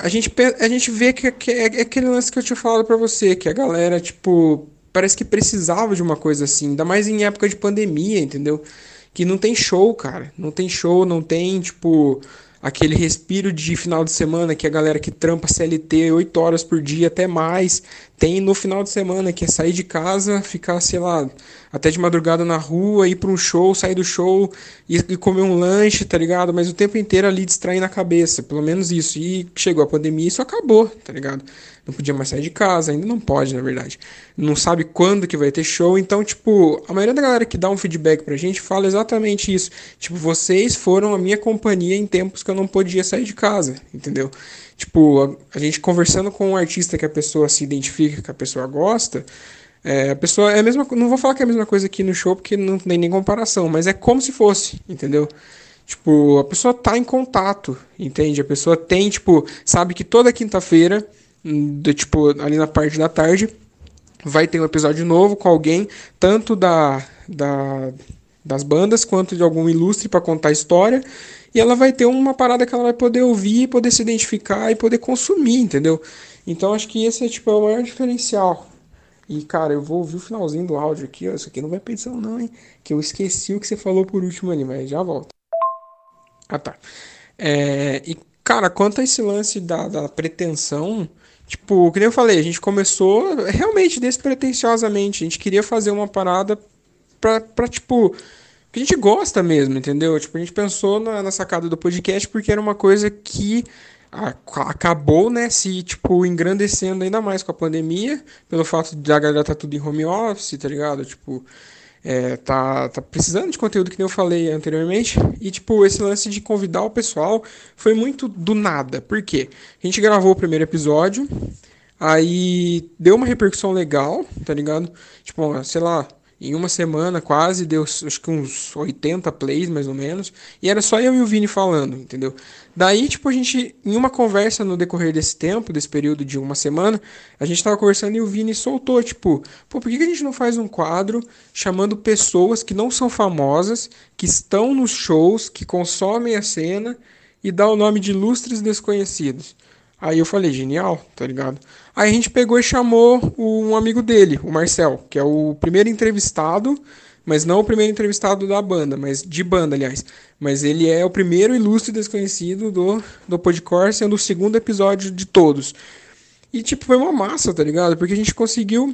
Speaker 4: a gente, pe- a gente vê que, que é é aquele lance que eu tinha falado pra você, que a galera, tipo, parece que precisava de uma coisa assim, ainda mais em época de pandemia, entendeu? Que não tem show, cara. Não tem show, não tem, tipo, aquele respiro de final de semana que a galera que trampa C L T oito horas por dia, até mais, tem no final de semana, que é sair de casa, ficar, sei lá, até de madrugada na rua, ir pra um show, sair do show e, e comer um lanche, tá ligado? Mas o tempo inteiro ali distraindo a cabeça, pelo menos isso. E chegou a pandemia e isso acabou, tá ligado? Não podia mais sair de casa, ainda não pode, na verdade. Não sabe quando que vai ter show, então, tipo, a maioria da galera que dá um feedback pra gente fala exatamente isso. Tipo, vocês foram a minha companhia em tempos que eu não podia sair de casa, entendeu? Tipo, a, a gente conversando com um artista que a pessoa se identifica, que a pessoa gosta, é, a pessoa é a mesma, não vou falar que é a mesma coisa aqui no show, porque não tem nem comparação, mas é como se fosse, entendeu? Tipo, a pessoa tá em contato, entende? A pessoa tem, tipo, sabe que toda quinta-feira, do, tipo, ali na parte da tarde, vai ter um episódio novo com alguém, tanto da, da, das bandas quanto de algum ilustre para contar a história. E ela vai ter uma parada que ela vai poder ouvir, poder se identificar e poder consumir, entendeu? Então acho que esse é, tipo, é o maior diferencial. E, cara, eu vou ouvir o finalzinho do áudio aqui, ó. Isso aqui não vai pra edição não, hein? Que eu esqueci o que você falou por último ali, mas já volto. Ah, tá. É, e, cara, quanto a esse lance da, da pretensão, tipo, que nem eu falei, a gente começou realmente despretensiosamente. A gente queria fazer uma parada pra, pra tipo, que a gente gosta mesmo, entendeu? Tipo, a gente pensou na, na sacada do podcast porque era uma coisa que a- acabou, né, se, tipo, engrandecendo ainda mais com a pandemia, pelo fato de a galera tá tudo em home office, tá ligado? Tipo, é, tá, tá precisando de conteúdo que nem eu falei anteriormente. E, tipo, esse lance de convidar o pessoal foi muito do nada. Por quê? A gente gravou o primeiro episódio, aí deu uma repercussão legal, tá ligado? Tipo, sei lá, em uma semana quase deu acho que uns oitenta plays mais ou menos. E era só eu e o Vini falando, entendeu? Daí, tipo, a gente, em uma conversa no decorrer desse tempo, desse período de uma semana, a gente tava conversando e o Vini soltou, tipo, pô, por que que a gente não faz um quadro chamando pessoas que não são famosas, que estão nos shows, que consomem a cena e dá o nome de ilustres desconhecidos? Aí eu falei, genial, tá ligado? Aí a gente pegou e chamou um amigo dele, o Marcel, que é o primeiro entrevistado, mas não o primeiro entrevistado da banda, mas de banda, aliás. Mas ele é o primeiro ilustre desconhecido do, do Podcore, sendo o segundo episódio de todos. E, tipo, foi uma massa, tá ligado? Porque a gente conseguiu,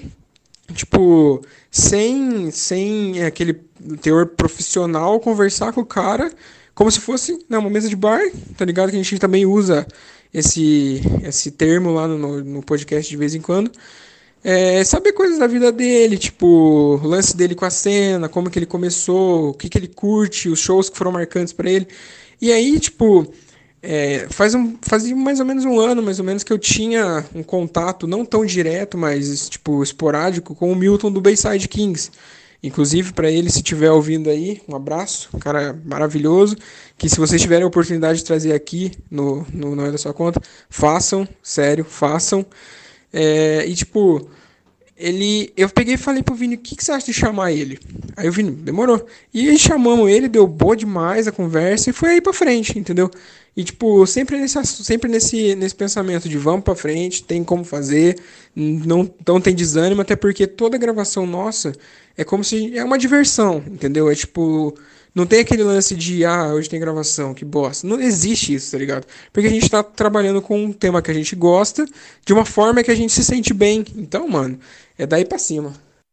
Speaker 4: tipo, sem, sem aquele teor profissional, conversar com o cara como se fosse, né, uma mesa de bar, tá ligado? Que a gente também usa esse, esse termo lá no, no podcast de vez em quando. É, saber coisas da vida dele, tipo, o lance dele com a cena, como que ele começou, o que que ele curte, os shows que foram marcantes pra ele. E aí, tipo, é, faz um, fazia mais ou menos um ano, mais ou menos, que eu tinha um contato não tão direto, mas, tipo, esporádico, com o Milton do Bayside Kings. Inclusive, pra ele, se estiver ouvindo aí, um abraço, um cara maravilhoso, que se vocês tiverem a oportunidade de trazer aqui no, no Não É Da Sua Conta, façam, sério, façam. É, e, tipo, ele, eu peguei e falei pro Vini, o que, que você acha de chamar ele? Aí o Vini, demorou. E aí chamamos ele, deu boa demais a conversa e foi aí pra frente, entendeu? E, tipo, sempre nesse, assu- sempre nesse, nesse pensamento de vamos pra frente, tem como fazer, não, não tem desânimo, até porque toda gravação nossa é como se, é uma diversão, entendeu? É tipo, não tem aquele lance de, ah, hoje tem gravação, que bosta. Não existe isso, tá ligado? Porque a gente tá trabalhando com um tema que a gente gosta, de uma forma que a gente se sente bem. Então, mano, é daí pra cima.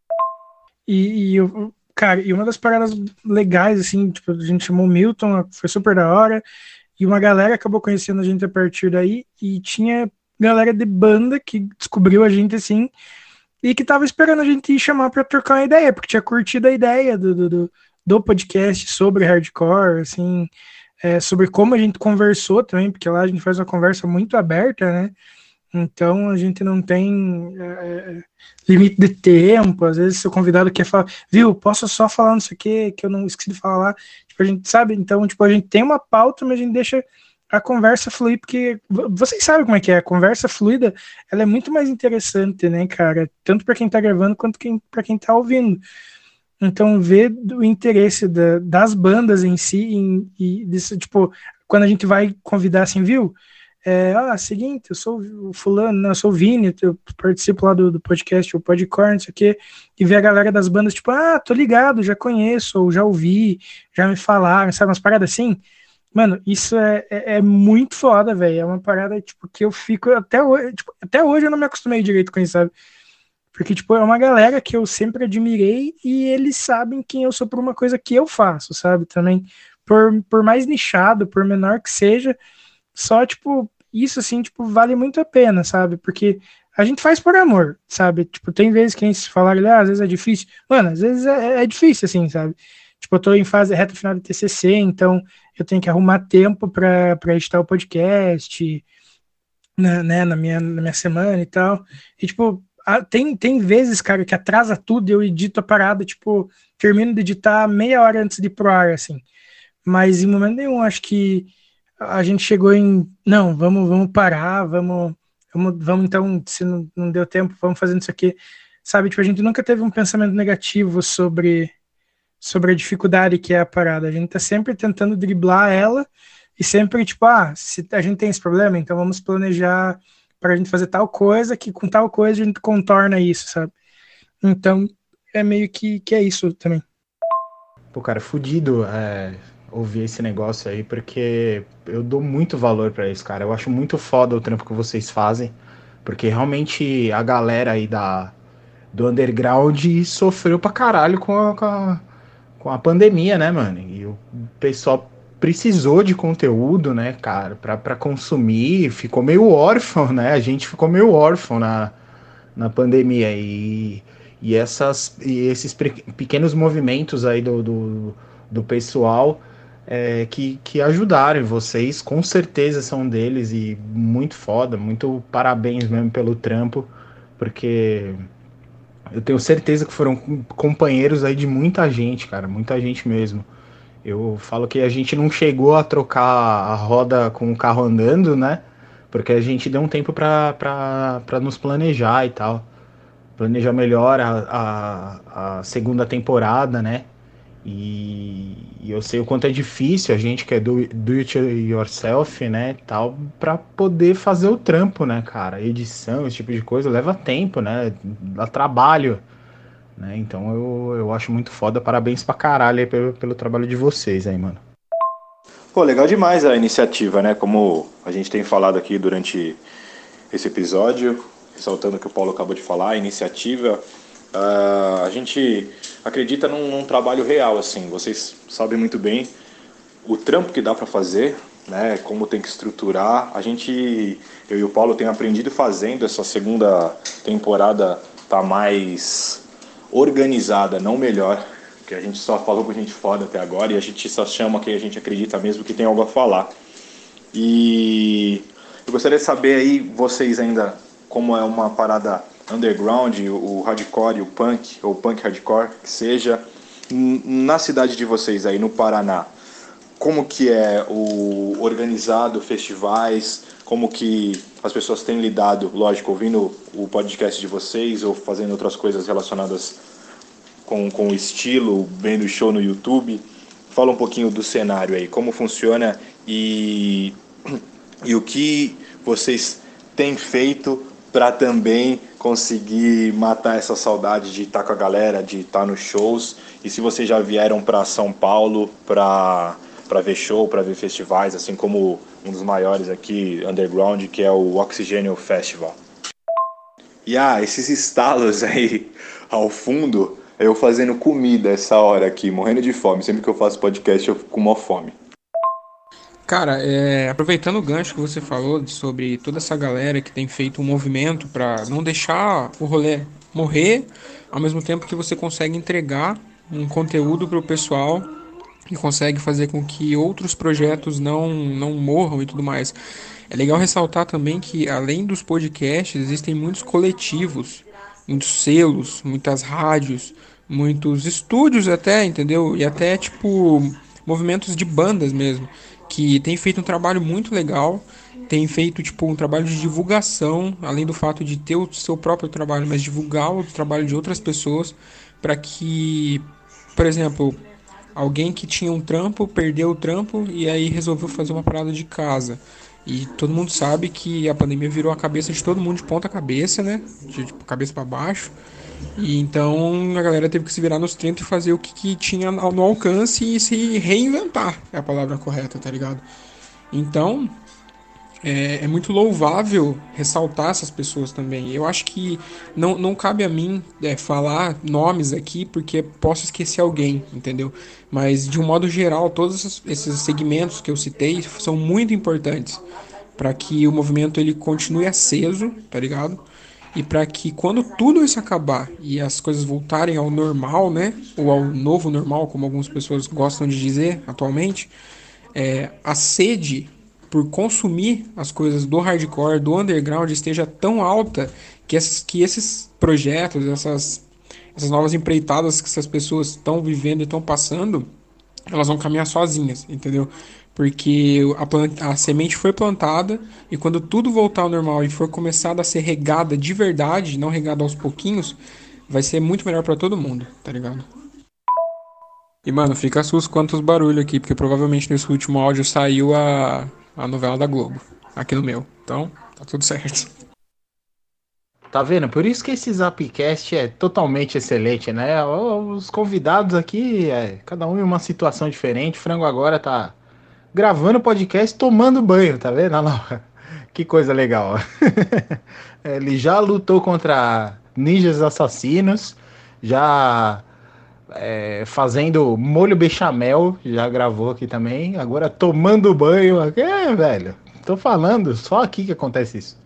Speaker 5: E, e eu, cara, e uma das paradas legais, assim, tipo, a gente chamou o Milton, foi super da hora, e uma galera acabou conhecendo a gente a partir daí, e tinha galera de banda que descobriu a gente, assim, e que tava esperando a gente ir chamar pra trocar uma ideia, porque tinha curtido a ideia do, do, do, do podcast sobre hardcore, assim, é, sobre como a gente conversou também, porque lá a gente faz uma conversa muito aberta, né? Então a gente não tem é, limite de tempo. Às vezes se o convidado quer falar, viu, posso só falar não sei o que, que eu não esqueci de falar lá. Tipo, a gente sabe, então, tipo, a gente tem uma pauta, mas a gente deixa a conversa fluir, porque v- vocês sabem como é que é, a conversa fluida, ela é muito mais interessante, né, cara? Tanto para quem tá gravando quanto quem, para quem tá ouvindo. Então, ver o interesse da- das bandas em si, em- e desse, tipo, quando a gente vai convidar assim, viu? É, ah, seguinte, eu sou o fulano, né, eu sou o Vini, eu participo lá do, do podcast, o Podcore, não sei o quê, e ver a galera das bandas, tipo, ah, tô ligado, já conheço, ou já ouvi, já me falaram, sabe, umas paradas assim. Mano, isso é, é, é muito foda, velho. É uma parada, tipo, que eu fico até hoje, tipo, até hoje eu não me acostumei direito com isso, sabe? Porque, tipo, é uma galera que eu sempre admirei e eles sabem quem eu sou por uma coisa que eu faço, sabe? Também, por, por mais nichado, por menor que seja, só, tipo, isso, assim, tipo, vale muito a pena, sabe? Porque a gente faz por amor, sabe? Tipo, tem vezes que a gente fala, ah, às vezes é difícil. Mano, às vezes é, é difícil, assim, sabe? Tipo, eu tô em fase reta final do T C C, então eu tenho que arrumar tempo para editar o podcast, na, né, na minha, na minha semana e tal. E, tipo, a, tem, tem vezes, cara, que atrasa tudo e eu edito a parada, tipo, termino de editar meia hora antes de ir pro ar, assim. Mas em momento nenhum, acho que a gente chegou em, não, vamos, vamos parar, vamos, vamos, vamos então, se não, não deu tempo, vamos fazendo isso aqui. Sabe, tipo, a gente nunca teve um pensamento negativo sobre, sobre a dificuldade que é a parada. A gente tá sempre tentando driblar ela e sempre, tipo, ah, se a gente tem esse problema, então vamos planejar para a gente fazer tal coisa, que com tal coisa a gente contorna isso, sabe? Então, é meio que, que é isso também.
Speaker 1: Pô, cara, fudido é, ouvir esse negócio aí, porque eu dou muito valor pra isso, cara. Eu acho muito foda o trampo que vocês fazem, porque realmente a galera aí da, do underground sofreu pra caralho com a, com a, com a pandemia, né, mano? E o pessoal precisou de conteúdo, né, cara, pra, pra consumir, ficou meio órfão, né? A gente ficou meio órfão na, na pandemia e, e, essas, e esses pequenos movimentos aí do, do, do pessoal é, que, que ajudaram vocês, com certeza são deles e muito foda, muito parabéns mesmo pelo trampo, porque eu tenho certeza que foram companheiros aí de muita gente, cara, muita gente mesmo. Eu falo que a gente não chegou a trocar a roda com o carro andando, né? Porque a gente deu um tempo pra, pra, pra nos planejar e tal. Planejar melhor a, a, a segunda temporada, né? E, e eu sei o quanto é difícil a gente que é do, do it yourself, né? Tal, pra poder fazer o trampo, né, cara? Edição, esse tipo de coisa leva tempo, né? Dá trabalho. Né? Então eu, eu acho muito foda, parabéns pra caralho aí pelo, pelo trabalho de vocês aí, mano.
Speaker 3: Pô, legal demais a iniciativa, né? Como a gente tem falado aqui durante esse episódio, ressaltando o que o Paulo acabou de falar, a iniciativa, uh, a gente acredita num, num trabalho real, assim, vocês sabem muito bem o trampo que dá pra fazer, né? Como tem que estruturar. A gente, eu e o Paulo tem aprendido fazendo, essa segunda temporada tá mais organizada, não melhor, que a gente só falou com gente foda até agora e a gente só chama quem a gente acredita mesmo que tem algo a falar. E eu gostaria de saber aí, vocês ainda, como é uma parada underground, o hardcore, o punk, ou punk hardcore, que seja, na cidade de vocês aí, no Paraná, como que é o organizado, festivais, como que as pessoas têm lidado, lógico, ouvindo o podcast de vocês ou fazendo outras coisas relacionadas com, com o estilo, vendo show no YouTube. Fala um pouquinho do cenário aí, como funciona e, e o que vocês têm feito para também conseguir matar essa saudade de estar com a galera, de estar nos shows. E se vocês já vieram para São Paulo para para ver show, para ver festivais, assim como um dos maiores aqui, underground, que é o Oxigênio Festival. E ah, esses estalos aí ao fundo, eu fazendo comida essa hora aqui, morrendo de fome. Sempre que eu faço podcast eu fico com uma fome.
Speaker 4: Cara, é, aproveitando o gancho que você falou sobre toda essa galera que tem feito um movimento para não deixar o rolê morrer, ao mesmo tempo que você consegue entregar um conteúdo para o pessoal e consegue fazer com que outros projetos não, não morram e tudo mais. É legal ressaltar também que, além dos podcasts, existem muitos coletivos, muitos selos, muitas rádios, muitos estúdios até, entendeu? E até, tipo, movimentos de bandas mesmo, que tem feito um trabalho muito legal, tem feito, tipo, um trabalho de divulgação, além do fato de ter o seu próprio trabalho, mas divulgar o trabalho de outras pessoas, para que, por exemplo, alguém que tinha um trampo, perdeu o trampo e aí resolveu fazer uma parada de casa. E todo mundo sabe que a pandemia virou a cabeça de todo mundo de ponta cabeça, né? De tipo, cabeça para baixo. E então a galera teve que se virar nos trinta e fazer o que, que tinha no alcance e se reinventar, é a palavra correta, tá ligado? Então, é, é muito louvável ressaltar essas pessoas também. Eu acho que não, não cabe a mim é, falar nomes aqui, porque posso esquecer alguém, entendeu? Mas, de um modo geral, todos esses- esses segmentos que eu citei são muito importantes para que o movimento ele continue aceso, tá ligado? E para que quando tudo isso acabar e as coisas voltarem ao normal, né? Ou ao novo normal, como algumas pessoas gostam de dizer atualmente, é, a sede por consumir as coisas do hardcore, do underground, esteja tão alta que esses, que esses projetos, essas, essas novas empreitadas que essas pessoas estão vivendo e estão passando, elas vão caminhar sozinhas, entendeu? Porque a, plant- a semente foi plantada e quando tudo voltar ao normal e for começada a ser regada de verdade, não regada aos pouquinhos, vai ser muito melhor pra todo mundo, tá ligado? E, mano, fica susto quanto os barulhos aqui, porque provavelmente nesse último áudio saiu a, a novela da Globo, aqui no meu. Então, tá tudo certo.
Speaker 1: Tá vendo? Por isso que esse Zapcast é totalmente excelente, né? Os convidados aqui, é, cada um em uma situação diferente. O Frango agora tá gravando podcast tomando banho, tá vendo? Olha lá, que coisa legal. Ele já lutou contra ninjas assassinos, já é, fazendo molho bechamel, já gravou aqui também. Agora tomando banho. É, velho, tô falando, só aqui que acontece isso.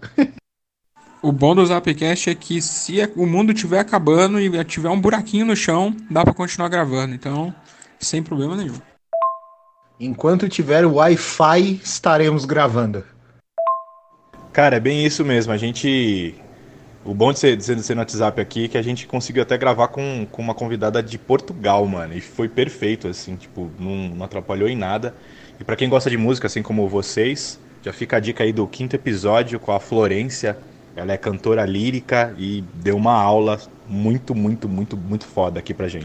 Speaker 4: O bom do Zapcast é que se o mundo estiver acabando e tiver um buraquinho no chão, dá pra continuar gravando. Então, sem problema nenhum.
Speaker 1: Enquanto tiver Wi-Fi, estaremos gravando.
Speaker 3: Cara, é bem isso mesmo. A gente. O bom de ser, de ser de ser no WhatsApp aqui é que a gente conseguiu até gravar com, com uma convidada de Portugal, mano. E foi perfeito, assim, tipo, não, não atrapalhou em nada. E pra quem gosta de música, assim como vocês, já fica a dica aí do quinto episódio com a Florência. Ela é cantora lírica e deu uma aula muito, muito, muito, muito foda aqui pra gente.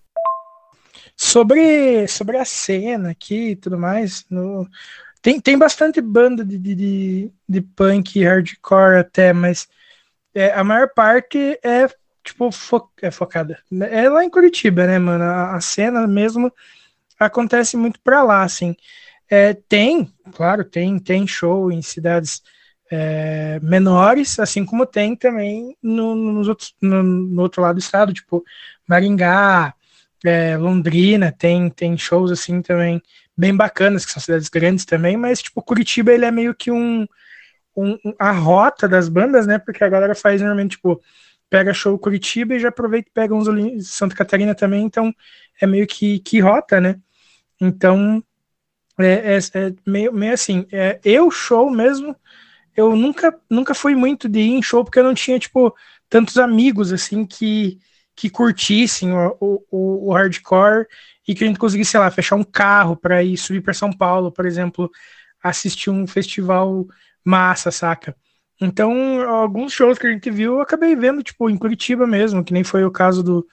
Speaker 5: Sobre, sobre a cena aqui e tudo mais, no, tem, tem bastante banda de, de, de, de punk e hardcore até, mas é, a maior parte é, tipo, fo, é focada. É lá em Curitiba, né, mano? A, a cena mesmo acontece muito pra lá, assim. É, tem, claro, tem, tem show em cidades é, menores, assim como tem também no, nos outros, no, no outro lado do estado, tipo Maringá, é, Londrina, tem, tem shows assim também bem bacanas, que são cidades grandes também, mas tipo Curitiba ele é meio que um, um a rota das bandas, né? Porque a galera faz normalmente tipo pega show Curitiba e já aproveita e pega uns ali em Santa Catarina também, então é meio que, que rota, né? Então é, é, é meio, meio assim, é, eu show mesmo, eu nunca, nunca fui muito de ir em show porque eu não tinha tipo tantos amigos assim que que curtissem o, o, o hardcore e que a gente conseguisse, sei lá, fechar um carro para ir subir para São Paulo, por exemplo, assistir um festival massa, saca? Então, alguns shows que a gente viu, eu acabei vendo, tipo, em Curitiba mesmo, que nem foi o caso do,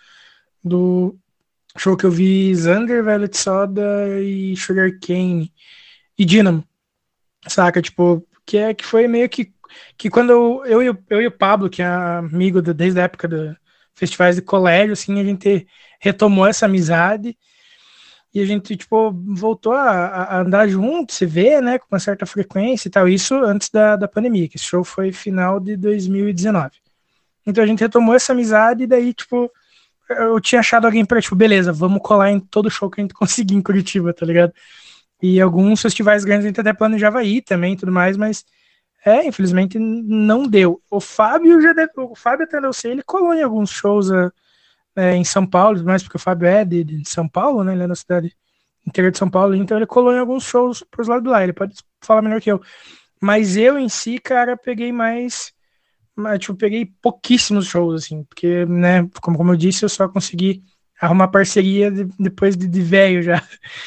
Speaker 5: do show que eu vi Xander, Violet Soda e Sugarcane e Dynamo, saca? Tipo, que, é, que foi meio que, que quando eu, eu, e o- eu e o Pablo, que é amigo do- desde a época do festivais de colégio, assim, a gente retomou essa amizade e a gente, tipo, voltou a, a andar junto, se vê, né, com uma certa frequência e tal, isso antes da, da pandemia, que esse show foi final de dois mil e dezenove. Então a gente retomou essa amizade e daí, tipo, eu tinha achado alguém pra, tipo, beleza, vamos colar em todo show que a gente conseguir em Curitiba, tá ligado? E alguns festivais grandes a gente até planejava ir também e tudo mais, mas é, infelizmente não deu. O Fábio já deve, o Fábio até eu sei, ele colou em alguns shows é, é, em São Paulo, mais porque o Fábio é de, de São Paulo, né? Ele é da cidade interior de São Paulo, então ele colou em alguns shows pros lados lá, ele pode falar melhor que eu. Mas eu em si, cara, peguei mais, mais tipo, peguei pouquíssimos shows, assim, porque, né, como, como eu disse, eu só consegui arrumar parceria de, depois de, de velho já.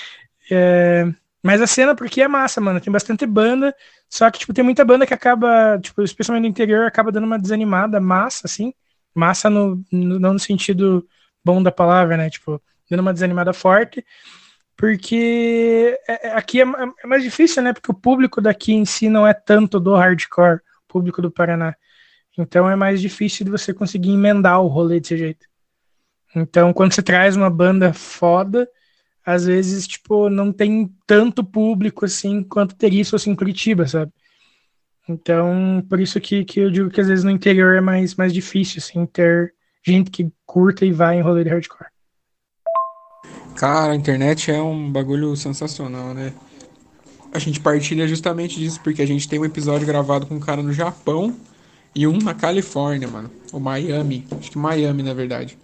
Speaker 5: É, mas a cena porque é massa, mano. Tem bastante banda, só que, tipo, tem muita banda que acaba, tipo, especialmente no interior, acaba dando uma desanimada massa, assim. Massa no, no- não no sentido bom da palavra, né? Tipo, dando uma desanimada forte. porque é- é- aqui é, ma- é mais difícil, né? Porque o público daqui em si não é tanto do hardcore, o público do Paraná. Então é mais difícil de você conseguir emendar o rolê desse jeito. Então, quando você traz uma banda foda, às vezes, tipo, não tem tanto público assim quanto teria se fosse em Curitiba, sabe? Então, por isso que, que eu digo que às vezes no interior é mais, mais difícil, assim, ter gente que curta e vai em rolê de hardcore.
Speaker 4: Cara, a internet é um bagulho sensacional, né? A gente partilha justamente disso, porque a gente tem um episódio gravado com um cara no Japão e um na Califórnia, mano. Ou Miami. Acho que Miami, na verdade.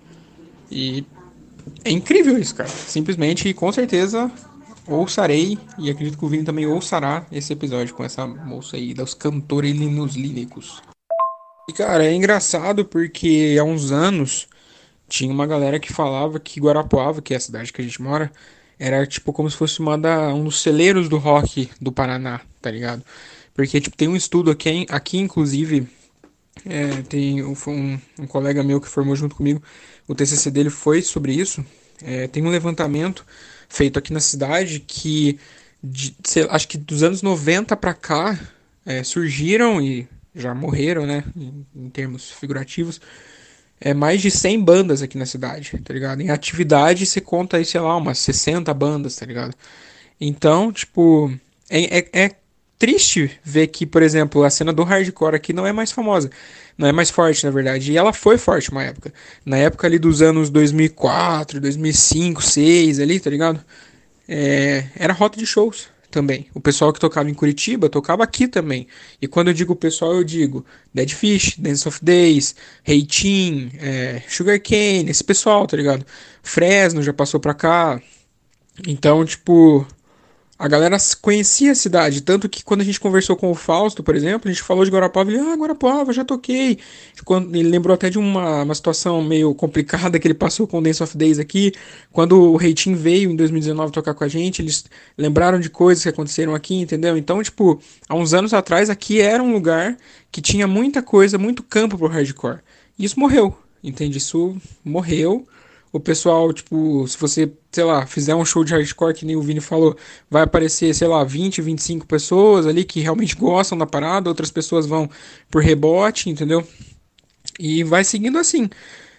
Speaker 4: E é incrível isso, cara. Simplesmente, e com certeza, ouçarei, e acredito que o Vini também ouçará esse episódio com essa moça aí, dos cantores líricos. E, cara, é engraçado porque há uns anos tinha uma galera que falava que Guarapuava, que é a cidade que a gente mora, era tipo como se fosse uma da, um dos celeiros do rock do Paraná, tá ligado? Porque tipo, tem um estudo aqui, aqui inclusive, é, tem um, um, um colega meu que formou junto comigo, o T C C dele foi sobre isso. É, tem um levantamento feito aqui na cidade que, de, sei lá, acho que dos anos noventa pra cá, é, surgiram e já morreram, né, em, em termos figurativos, é mais de cem bandas aqui na cidade, tá ligado? Em atividade você conta aí, sei lá, umas sessenta bandas, tá ligado? Então, tipo, é, é, é triste ver que, por exemplo, a cena do hardcore aqui não é mais famosa, não é mais forte, na verdade. E ela foi forte uma época. Na época ali dos anos dois mil e quatro, dois mil e cinco, dois mil e seis ali, tá ligado? É, era rota de shows também. O pessoal que tocava em Curitiba tocava aqui também. E quando eu digo pessoal, eu digo Dead Fish, Dance of Days, Reitin, é, Sugarcane, esse pessoal, tá ligado? Fresno já passou pra cá. Então, tipo, a galera conhecia a cidade, tanto que quando a gente conversou com o Fausto, por exemplo, a gente falou de Guarapuava, ele, ah, Guarapuava, já toquei. Quando, ele lembrou até de uma, uma situação meio complicada que ele passou com o Dance of Days aqui, quando o Reitinho veio em dois mil e dezenove tocar com a gente, eles lembraram de coisas que aconteceram aqui, entendeu? Então, tipo, há uns anos atrás, aqui era um lugar que tinha muita coisa, muito campo pro hardcore. E isso morreu, entende? Isso morreu. O pessoal, tipo, se você, sei lá, fizer um show de hardcore, que nem o Vini falou, vai aparecer, sei lá, vinte, vinte e cinco pessoas ali que realmente gostam da parada, outras pessoas vão por rebote, entendeu? E vai seguindo assim.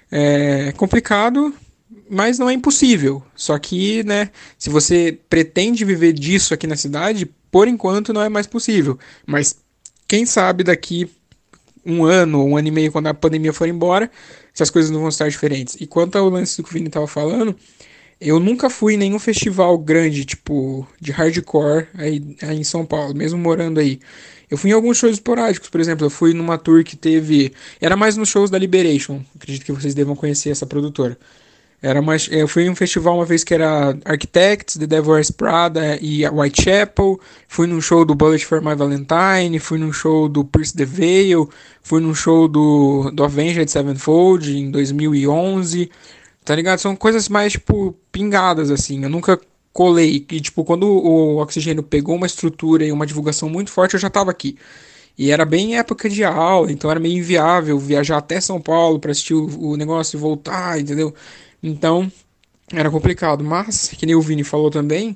Speaker 4: É complicado, mas não é impossível. Só que, né, se você pretende viver disso aqui na cidade, por enquanto não é mais possível. Mas quem sabe daqui um ano, um ano e meio, quando a pandemia for embora, se as coisas não vão estar diferentes. E quanto ao lance do que o Vini estava falando, eu nunca fui em nenhum festival grande, tipo, de hardcore aí, aí em São Paulo, mesmo morando aí. Eu fui em alguns shows esporádicos, por exemplo, eu fui numa tour que teve. Era mais nos shows da Liberation, acredito que vocês devam conhecer essa produtora. Era mais, eu fui em um festival uma vez que era Architects, The Devil Wears Prada e Whitechapel. Fui num show do Bullet for My Valentine. Fui num show do Pierce the Veil. Fui num show do, do Avenged Sevenfold em dois mil e onze. Tá ligado? São coisas mais, tipo, pingadas, assim. Eu nunca colei. E, tipo, quando o Oxigênio pegou uma estrutura e uma divulgação muito forte, eu já tava aqui. E era bem época de aula, então era meio inviável viajar até São Paulo para assistir o, o negócio e voltar, entendeu? Então era complicado. Mas, que nem o Vini falou também,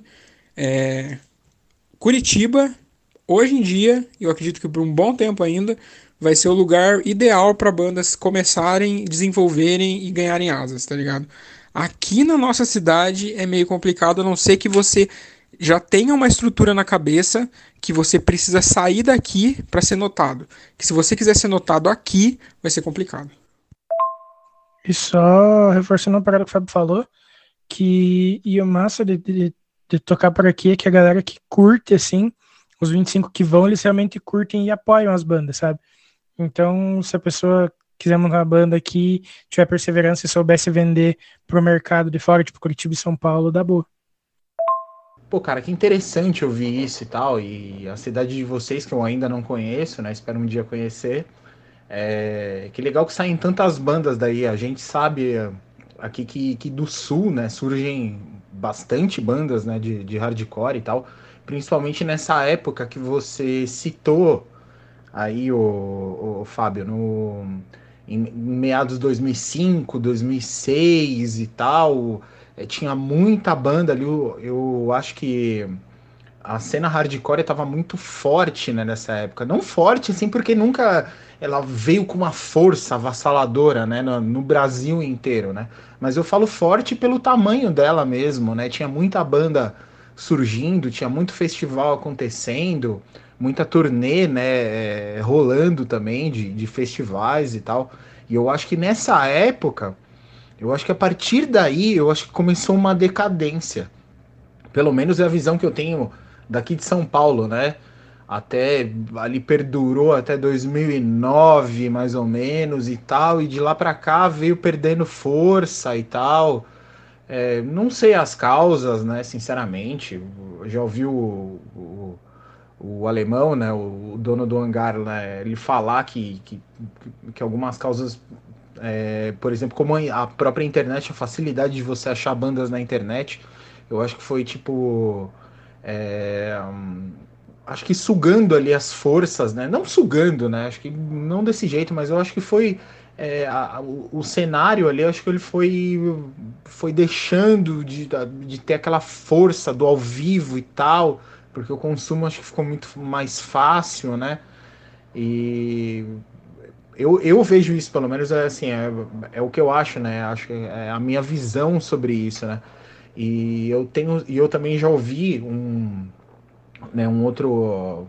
Speaker 4: é, Curitiba, hoje em dia, eu acredito que por um bom tempo ainda, vai ser o lugar ideal para bandas começarem, desenvolverem e ganharem asas, tá ligado? Aqui na nossa cidade é meio complicado, a não ser que você já tenha uma estrutura na cabeça que você precisa sair daqui para ser notado. Que se você quiser ser notado aqui, vai ser complicado.
Speaker 5: E só reforçando uma parada que o Fábio falou, que e o massa de, de, de tocar por aqui é que a galera que curte, assim, os vinte e cinco que vão, eles realmente curtem e apoiam as bandas, sabe? Então, se a pessoa quiser montar uma banda aqui, tiver perseverança e soubesse vender pro mercado de fora, tipo Curitiba e São Paulo, dá boa.
Speaker 1: Pô, cara, que interessante ouvir isso e tal. E a cidade de vocês, que eu ainda não conheço, né? Espero um dia conhecer. É... Que legal que saem tantas bandas daí. A gente sabe aqui que, que do sul, né? Surgem bastante bandas, né? De, de hardcore e tal. Principalmente nessa época que você citou aí, o, o Fábio, no, em meados de dois mil e cinco, dois mil e seis e tal. é, tinha muita banda ali, eu, eu acho que a cena hardcore estava muito forte, né, nessa época. Não forte, assim, porque nunca ela veio com uma força avassaladora, né, no, no Brasil inteiro, né? Mas eu falo forte pelo tamanho dela mesmo, né? Tinha muita banda surgindo, tinha muito festival acontecendo, muita turnê, né, é, rolando também de, de festivais e tal. E eu acho que nessa época, eu acho que a partir daí, eu acho que começou uma decadência. Pelo menos é a visão que eu tenho daqui de São Paulo, né? Até ali perdurou até dois mil e nove, mais ou menos, e tal, e de lá para cá veio perdendo força e tal. É, não sei as causas, né? Sinceramente, eu já ouvi o, o, o alemão, né? O, dono do hangar, né? Ele falar que, que, que algumas causas, é, por exemplo, como a própria internet, a facilidade de você achar bandas na internet, eu acho que foi tipo. É, hum, acho que sugando ali as forças, né? Não sugando, né? Acho que não desse jeito, mas eu acho que foi é, a, o, o cenário ali, acho que ele foi foi deixando de, de ter aquela força do ao vivo e tal, porque o consumo acho que ficou muito mais fácil, né? E eu, eu vejo isso, pelo menos, é assim, é, é o que eu acho, né? Acho que é a minha visão sobre isso, né? E eu tenho, e eu também já ouvi um, né, um outro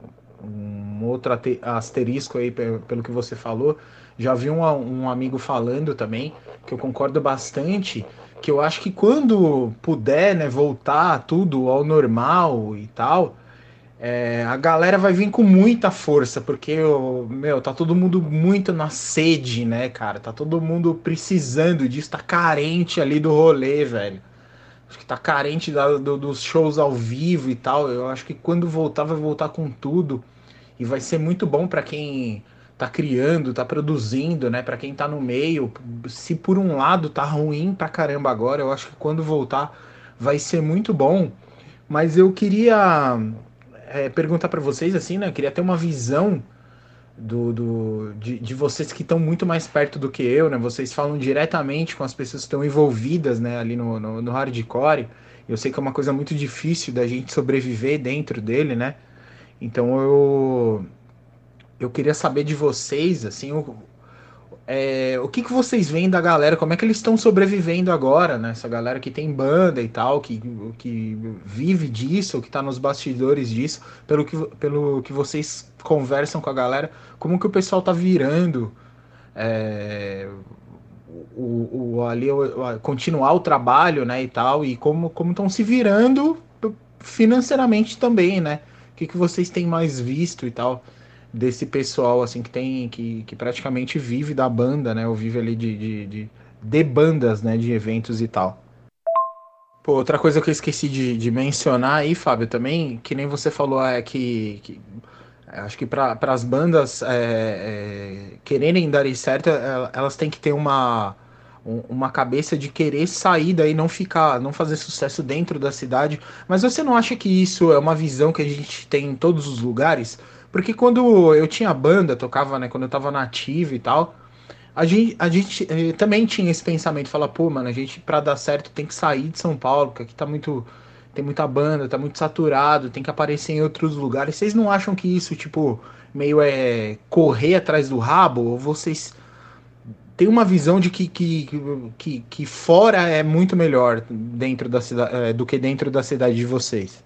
Speaker 1: um outro asterisco aí pelo que você falou. Já vi um, um amigo falando também, que eu concordo bastante, que eu acho que quando puder, né, voltar tudo ao normal e tal, é, a galera vai vir com muita força, porque, meu, tá todo mundo muito na sede, né, cara? Tá todo mundo precisando disso, tá carente ali do rolê, velho. Acho que tá carente da, do, dos shows ao vivo e tal. Eu acho que quando voltar, vai voltar com tudo. E vai ser muito bom para quem tá criando, tá produzindo, né? Para quem tá no meio. Se por um lado tá ruim pra caramba agora, eu acho que quando voltar vai ser muito bom. Mas eu queria é, perguntar para vocês, assim, né? Eu queria ter uma visão do, do, de, de vocês que estão muito mais perto do que eu, né? Vocês falam diretamente com as pessoas que estão envolvidas, né, ali no, no, no hardcore. Eu sei que é uma coisa muito difícil da gente sobreviver dentro dele, né? Então eu eu queria saber de vocês, assim, o, é, o que, que vocês veem da galera, como é que eles estão sobrevivendo agora, né? Essa galera que tem banda e tal, que, que vive disso, que tá nos bastidores disso, pelo que, pelo que vocês conversam com a galera, como que o pessoal tá virando é, o, o, ali, o, continuar o trabalho, né, e tal, e como como estão se virando financeiramente também, né? O que, que vocês têm mais visto e tal desse pessoal, assim, que tem, que, que praticamente vive da banda, né? Ou vive ali de, de, de, de bandas, né? De eventos e tal. Pô, outra coisa que eu esqueci de, de mencionar aí, Fábio, também, que nem você falou, é que, que acho que para as bandas é, é, quererem darem certo, elas têm que ter uma, uma cabeça de querer sair daí, não ficar, não fazer sucesso dentro da cidade. Mas você não acha que isso é uma visão que a gente tem em todos os lugares? Porque quando eu tinha banda, tocava, né, quando eu tava na ativa e tal, a gente, a gente eh, também tinha esse pensamento, falar, pô, mano, a gente pra dar certo tem que sair de São Paulo, porque aqui tá muito, tem muita banda, tá muito saturado, tem que aparecer em outros lugares. Vocês não acham que isso, tipo, meio é correr atrás do rabo? Ou vocês têm uma visão de que, que, que, que fora é muito melhor dentro da cidade, do que dentro da cidade de vocês?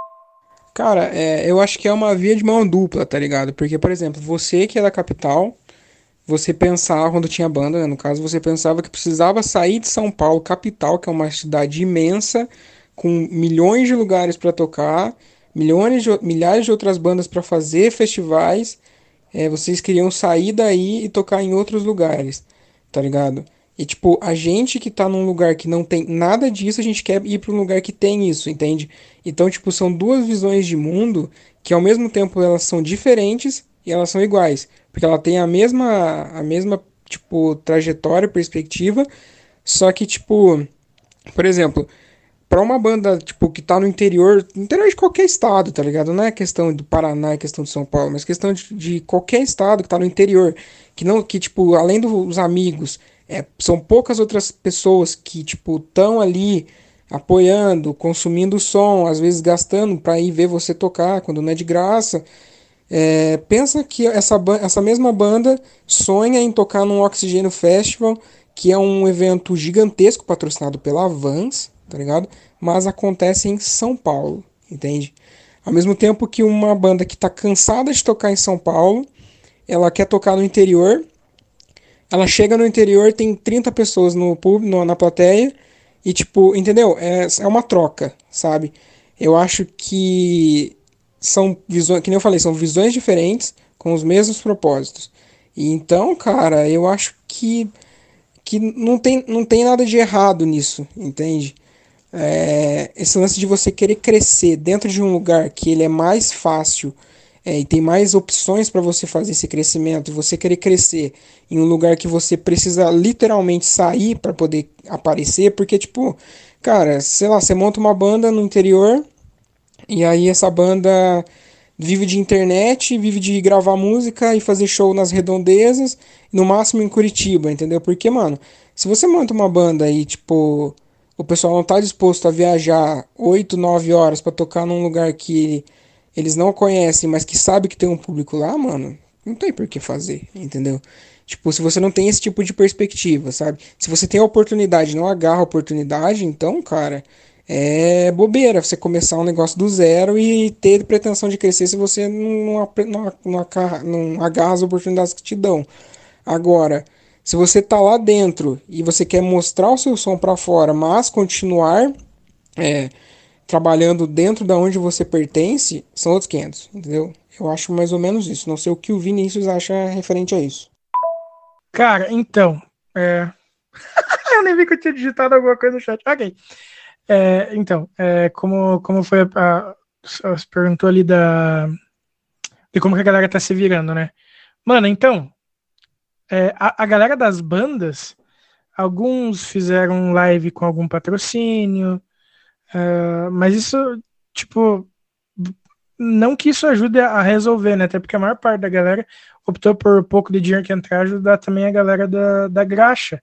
Speaker 4: Cara, é, eu acho que é uma via de mão dupla, tá ligado? Porque, por exemplo, você que é da capital, você pensava, quando tinha banda, né, no caso, você pensava que precisava sair de São Paulo, capital, que é uma cidade imensa, com milhões de lugares para tocar, milhões de, milhares de outras bandas para fazer festivais. É, vocês queriam sair daí e tocar em outros lugares, tá ligado? E tipo, a gente que tá num lugar que não tem nada disso, a gente quer ir para um lugar que tem isso, entende? Então, tipo, são duas visões de mundo que ao mesmo tempo elas são diferentes e elas são iguais, porque ela tem a mesma a mesma tipo trajetória, perspectiva, só que tipo, por exemplo, pra uma banda, tipo, que tá no interior, no interior de qualquer estado, tá ligado? Não é questão do Paraná, é questão de São Paulo, mas questão de, de qualquer estado que tá no interior, que não, que, tipo, além dos amigos, É, são poucas outras pessoas que, tipo, estão ali apoiando, consumindo som, às vezes gastando para ir ver você tocar quando não é de graça. É, pensa que essa, essa mesma banda sonha em tocar num Oxigênio Festival, que é um evento gigantesco patrocinado pela Vans, tá ligado? Mas acontece em São Paulo, entende? Ao mesmo tempo que uma banda que tá cansada de tocar em São Paulo, ela quer tocar no interior, ela chega no interior, tem trinta pessoas no público, na plateia, e tipo, entendeu? É, é uma troca, sabe? Eu acho que são visões, que nem eu falei, são visões diferentes com os mesmos propósitos. E então, cara, eu acho que, que não tem, não tem nada de errado nisso, entende? É, esse lance de você querer crescer dentro de um lugar que ele é mais fácil é, e tem mais opções para você fazer esse crescimento, e você querer crescer em um lugar que você precisa literalmente sair para poder aparecer, porque, tipo, cara, sei lá, você monta uma banda no interior. E aí essa banda vive de internet, vive de gravar música e fazer show nas redondezas, no máximo em Curitiba, entendeu? Porque, mano, se você monta uma banda e, tipo, o pessoal não tá disposto a viajar oito nove horas pra tocar num lugar que eles não conhecem, mas que sabe que tem um público lá, mano, não tem por que fazer, entendeu? Tipo, se você não tem esse tipo de perspectiva, sabe? Se você tem a oportunidade e não agarra a oportunidade, então, cara, é bobeira você começar um negócio do zero e ter pretensão de crescer se você não, apre- não, não acarra- não agarra as oportunidades que te dão. Agora, se você tá lá dentro e você quer mostrar o seu som pra fora, mas continuar é, trabalhando dentro da onde você pertence, são outros quinhentos, entendeu? Eu acho mais ou menos isso. Não sei o que o Vinícius acha referente a isso.
Speaker 5: Cara, então, é... eu nem vi que eu tinha digitado alguma coisa no chat. Ok. É, então, é, como, como foi a, a, você perguntou ali da de como que a galera tá se virando, né? Mano, então, é, a, a galera das bandas, alguns fizeram live com algum patrocínio, é, mas isso, tipo, não que isso ajude a resolver, né? Até porque a maior parte da galera optou por pouco de dinheiro que entrar ajudar também a galera da, da graxa.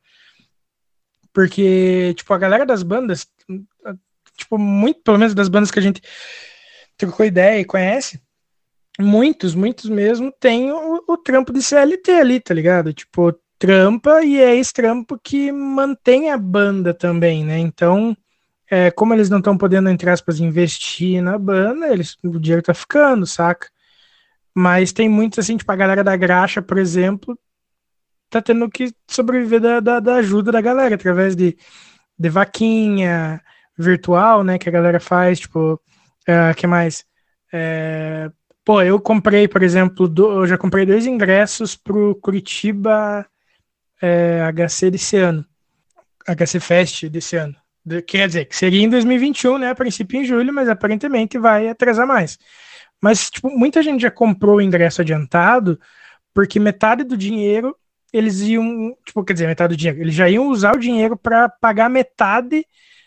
Speaker 5: Porque, tipo, a galera das bandas, tipo, muito, pelo menos das bandas que a gente trocou ideia e conhece, muitos, muitos mesmo, tem o, o trampo de C L T ali, tá ligado? Tipo, trampa e é esse trampo que mantém a banda também, né? Então, é, como eles não estão podendo, entre aspas, investir na banda, eles, o dinheiro tá ficando, saca? Mas tem muitos, assim, tipo, a galera da graxa, por exemplo, tá tendo que sobreviver da, da, da ajuda da galera, através de, de vaquinha virtual, né, que a galera faz, tipo, é, que mais? É, pô, eu comprei, por exemplo, do, eu já comprei dois ingressos pro Curitiba é, H C desse ano, H C Fest desse ano. De, quer dizer, que seria em dois mil e vinte e um, né, a princípio em julho, mas aparentemente vai atrasar mais. Mas, tipo, muita gente já comprou o ingresso adiantado, porque metade do dinheiro eles iam, tipo, quer dizer, metade do dinheiro, eles já iam usar o dinheiro para pagar metade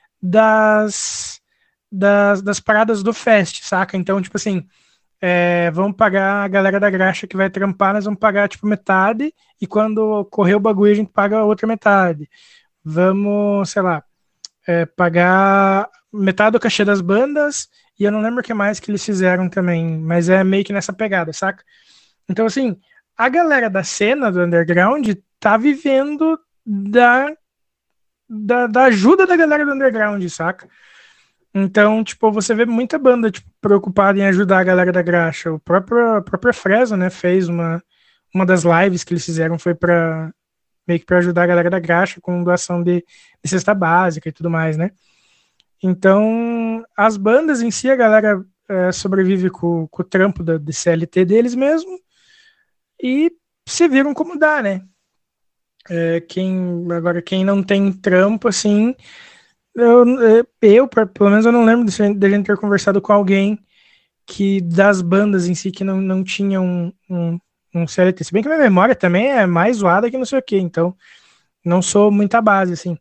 Speaker 5: das, das, das paradas do Fest, saca? Então, tipo assim, é, vamos pagar a galera da graxa que vai trampar, nós vamos pagar, tipo, metade, e quando correr o bagulho a gente paga a outra metade. Vamos, sei lá, é, pagar metade do cachê das bandas, e eu não lembro o que mais que eles fizeram também, mas é meio que nessa pegada, saca? Então, assim, a galera da cena do underground tá vivendo da, da, da ajuda da galera do underground, saca? Então, tipo, você vê muita banda tipo, preocupada em ajudar a galera da graxa. O próprio, a própria Fresno, né, fez uma, uma das lives que eles fizeram foi para meio que para ajudar a galera da graxa com doação de, de cesta básica e tudo mais, né? Então, as bandas em si, a galera é, sobrevive com, com o trampo da, de C L T deles mesmo e se viram como dá, né? É, quem, agora, quem não tem trampo, assim, eu, eu, pelo menos eu não lembro de a gente ter conversado com alguém que das bandas em si que não, não tinha um, um, um C L T. Se bem que minha memória também é mais zoada que não sei o que, então não sou muita base, assim.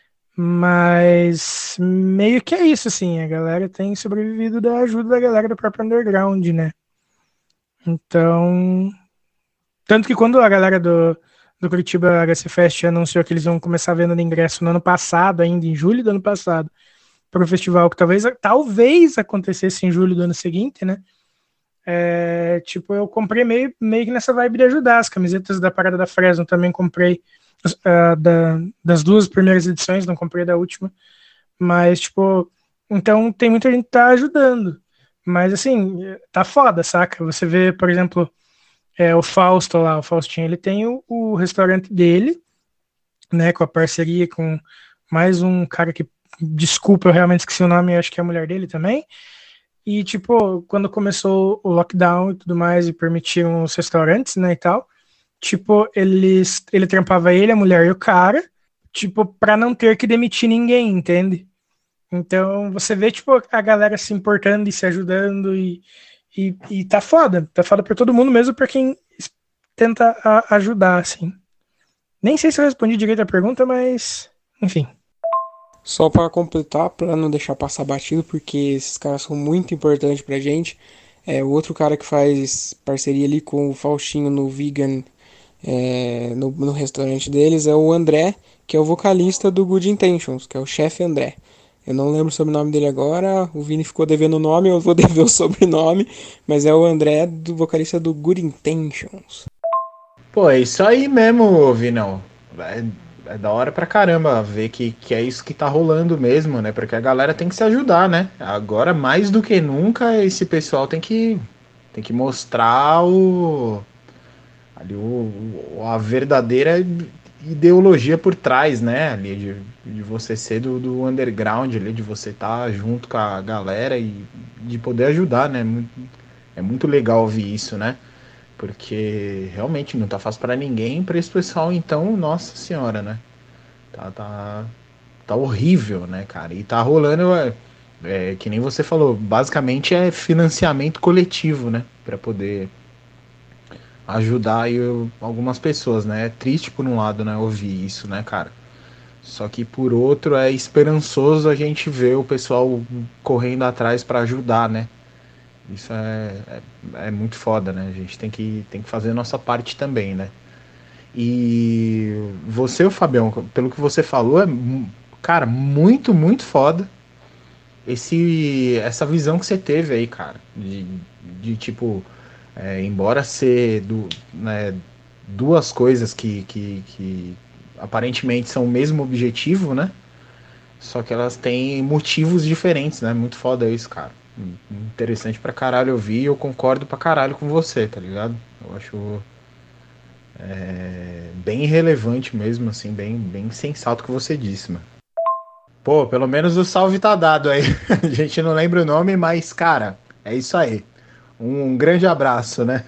Speaker 5: Mas meio que é isso, assim, a galera tem sobrevivido da ajuda da galera do próprio underground, né? Então, tanto que quando a galera do, do Curitiba H C Fest anunciou que eles vão começar a venda de ingresso no ano passado, ainda em julho do ano passado, para o festival que talvez, talvez acontecesse em julho do ano seguinte, né? É, tipo, eu comprei meio, meio que nessa vibe de ajudar. As camisetas da Parada da Fresno também comprei uh, da, das duas primeiras edições, não comprei da última. Mas, tipo, então tem muita gente que tá ajudando. Mas, assim, tá foda, saca? Você vê, por exemplo, é, o Fausto lá, o Faustinho, ele tem o, o restaurante dele, né, com a parceria com mais um cara que, desculpa, eu realmente esqueci o nome, acho que é a mulher dele também. E, tipo, quando começou o lockdown e tudo mais, e permitiam os restaurantes, né, e tal, tipo, eles, ele trampava ele, a mulher e o cara, tipo, pra não ter que demitir ninguém, entende? Então, você vê, tipo, a galera se importando e se ajudando e, e, e tá foda. Tá foda pra todo mundo, mesmo pra quem tenta a, ajudar, assim. Nem sei se eu respondi direito a pergunta, mas, enfim.
Speaker 4: Só para completar, para não deixar passar batido, porque esses caras são muito importantes pra gente. É, o outro cara que faz parceria ali com o Faustinho no Vegan, é, no, no restaurante deles, é o André, que é o vocalista do Good Intentions, que é o chefe André. Eu não lembro o sobrenome dele agora, o Vini ficou devendo o nome, eu vou dever o sobrenome, mas é o André, do vocalista do Good Intentions.
Speaker 1: Pô, é isso aí mesmo, Vinão. É, é da hora pra caramba ver que, que é isso que tá rolando mesmo, né? Porque a galera tem que se ajudar, né? Agora, mais do que nunca, esse pessoal tem que, tem que mostrar o, ali, o, a verdadeira ideologia por trás, né? Ali, de, de você ser do, do underground, ali, de você estar tá junto com a galera e de poder ajudar, né? É muito legal ouvir isso, né? Porque realmente não tá fácil para ninguém, para esse pessoal, então, nossa senhora, né? Tá, tá, tá horrível, né, cara? E tá rolando, é, é, que nem você falou, basicamente é financiamento coletivo, né? Para poder ajudar aí, algumas pessoas, né? É triste por um lado, né, ouvir isso, né, cara? Só que por outro é esperançoso a gente ver o pessoal correndo atrás para ajudar, né? Isso é, é, é muito foda, né? A gente tem que, tem que fazer a nossa parte também, né? E você, o Fabião, pelo que você falou, é, cara, muito, muito foda esse, essa visão que você teve aí, cara. De, de tipo, é, embora ser do, né, duas coisas que, que, que aparentemente são o mesmo objetivo, né? Só que elas têm motivos diferentes, né? Muito foda isso, cara. Interessante pra caralho ouvir e eu concordo pra caralho com você, tá ligado? Eu acho é, bem relevante mesmo, assim, bem, bem sensato o que você disse, mano. Pô, pelo menos o salve tá dado aí. A gente não lembra o nome, mas, cara, é isso aí. Um, um grande abraço, né?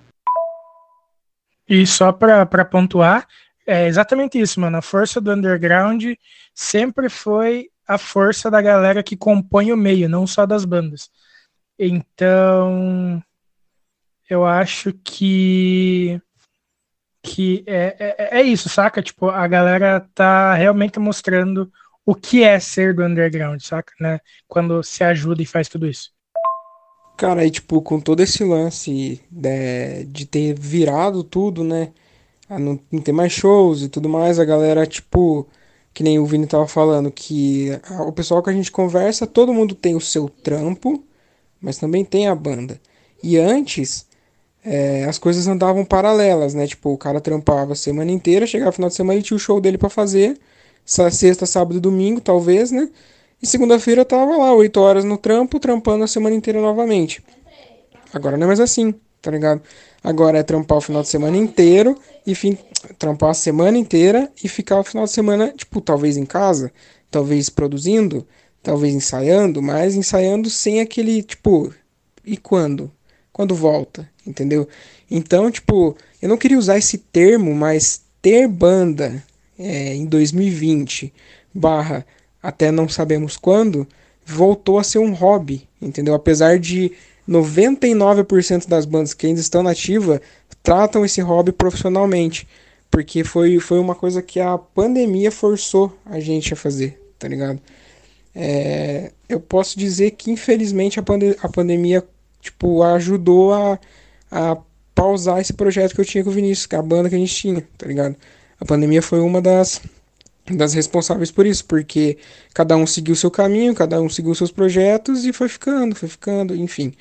Speaker 5: E só pra, pra pontuar, é exatamente isso, mano. A força do underground sempre foi a força da galera que compõe o meio, não só das bandas. Então, eu acho que que é, é, é isso, saca? Tipo, a galera tá realmente mostrando o que é ser do underground, saca? Né? Quando se ajuda e faz tudo isso.
Speaker 4: Cara, aí, tipo, com todo esse lance de, de ter virado tudo, né? A não, não ter mais shows e tudo mais, a galera, tipo, que nem o Vini tava falando, que a- o pessoal que a gente conversa, todo mundo tem o seu trampo, mas também tem a banda. E antes, é, as coisas andavam paralelas, né? Tipo, o cara trampava a semana inteira, chegava no final de semana e tinha o show dele pra fazer, sa- sexta, sábado e domingo, talvez, né? E segunda-feira tava lá, oito horas no trampo, trampando a semana inteira novamente. Agora não é mais assim, tá ligado? Agora é trampar o final de semana inteiro e fim... trampar a semana inteira e ficar o final de semana, tipo, talvez em casa, talvez produzindo, talvez ensaiando, mas ensaiando sem aquele, tipo, e quando? Quando volta, entendeu? Então, tipo, eu não queria usar esse termo, mas ter banda é, em dois mil e vinte, barra, até não sabemos quando, voltou a ser um hobby, entendeu? Apesar de noventa e nove por cento das bandas que ainda estão nativas tratam esse hobby profissionalmente, porque foi, foi uma coisa que a pandemia forçou a gente a fazer, tá ligado? É, eu posso dizer que infelizmente a, pande a pandemia tipo, ajudou a, a pausar esse projeto que eu tinha com o Vinícius, que é a banda que a gente tinha, tá ligado? A pandemia foi uma das, das responsáveis por isso, porque cada um seguiu o seu caminho, cada um seguiu seus projetos e foi ficando, foi ficando, enfim.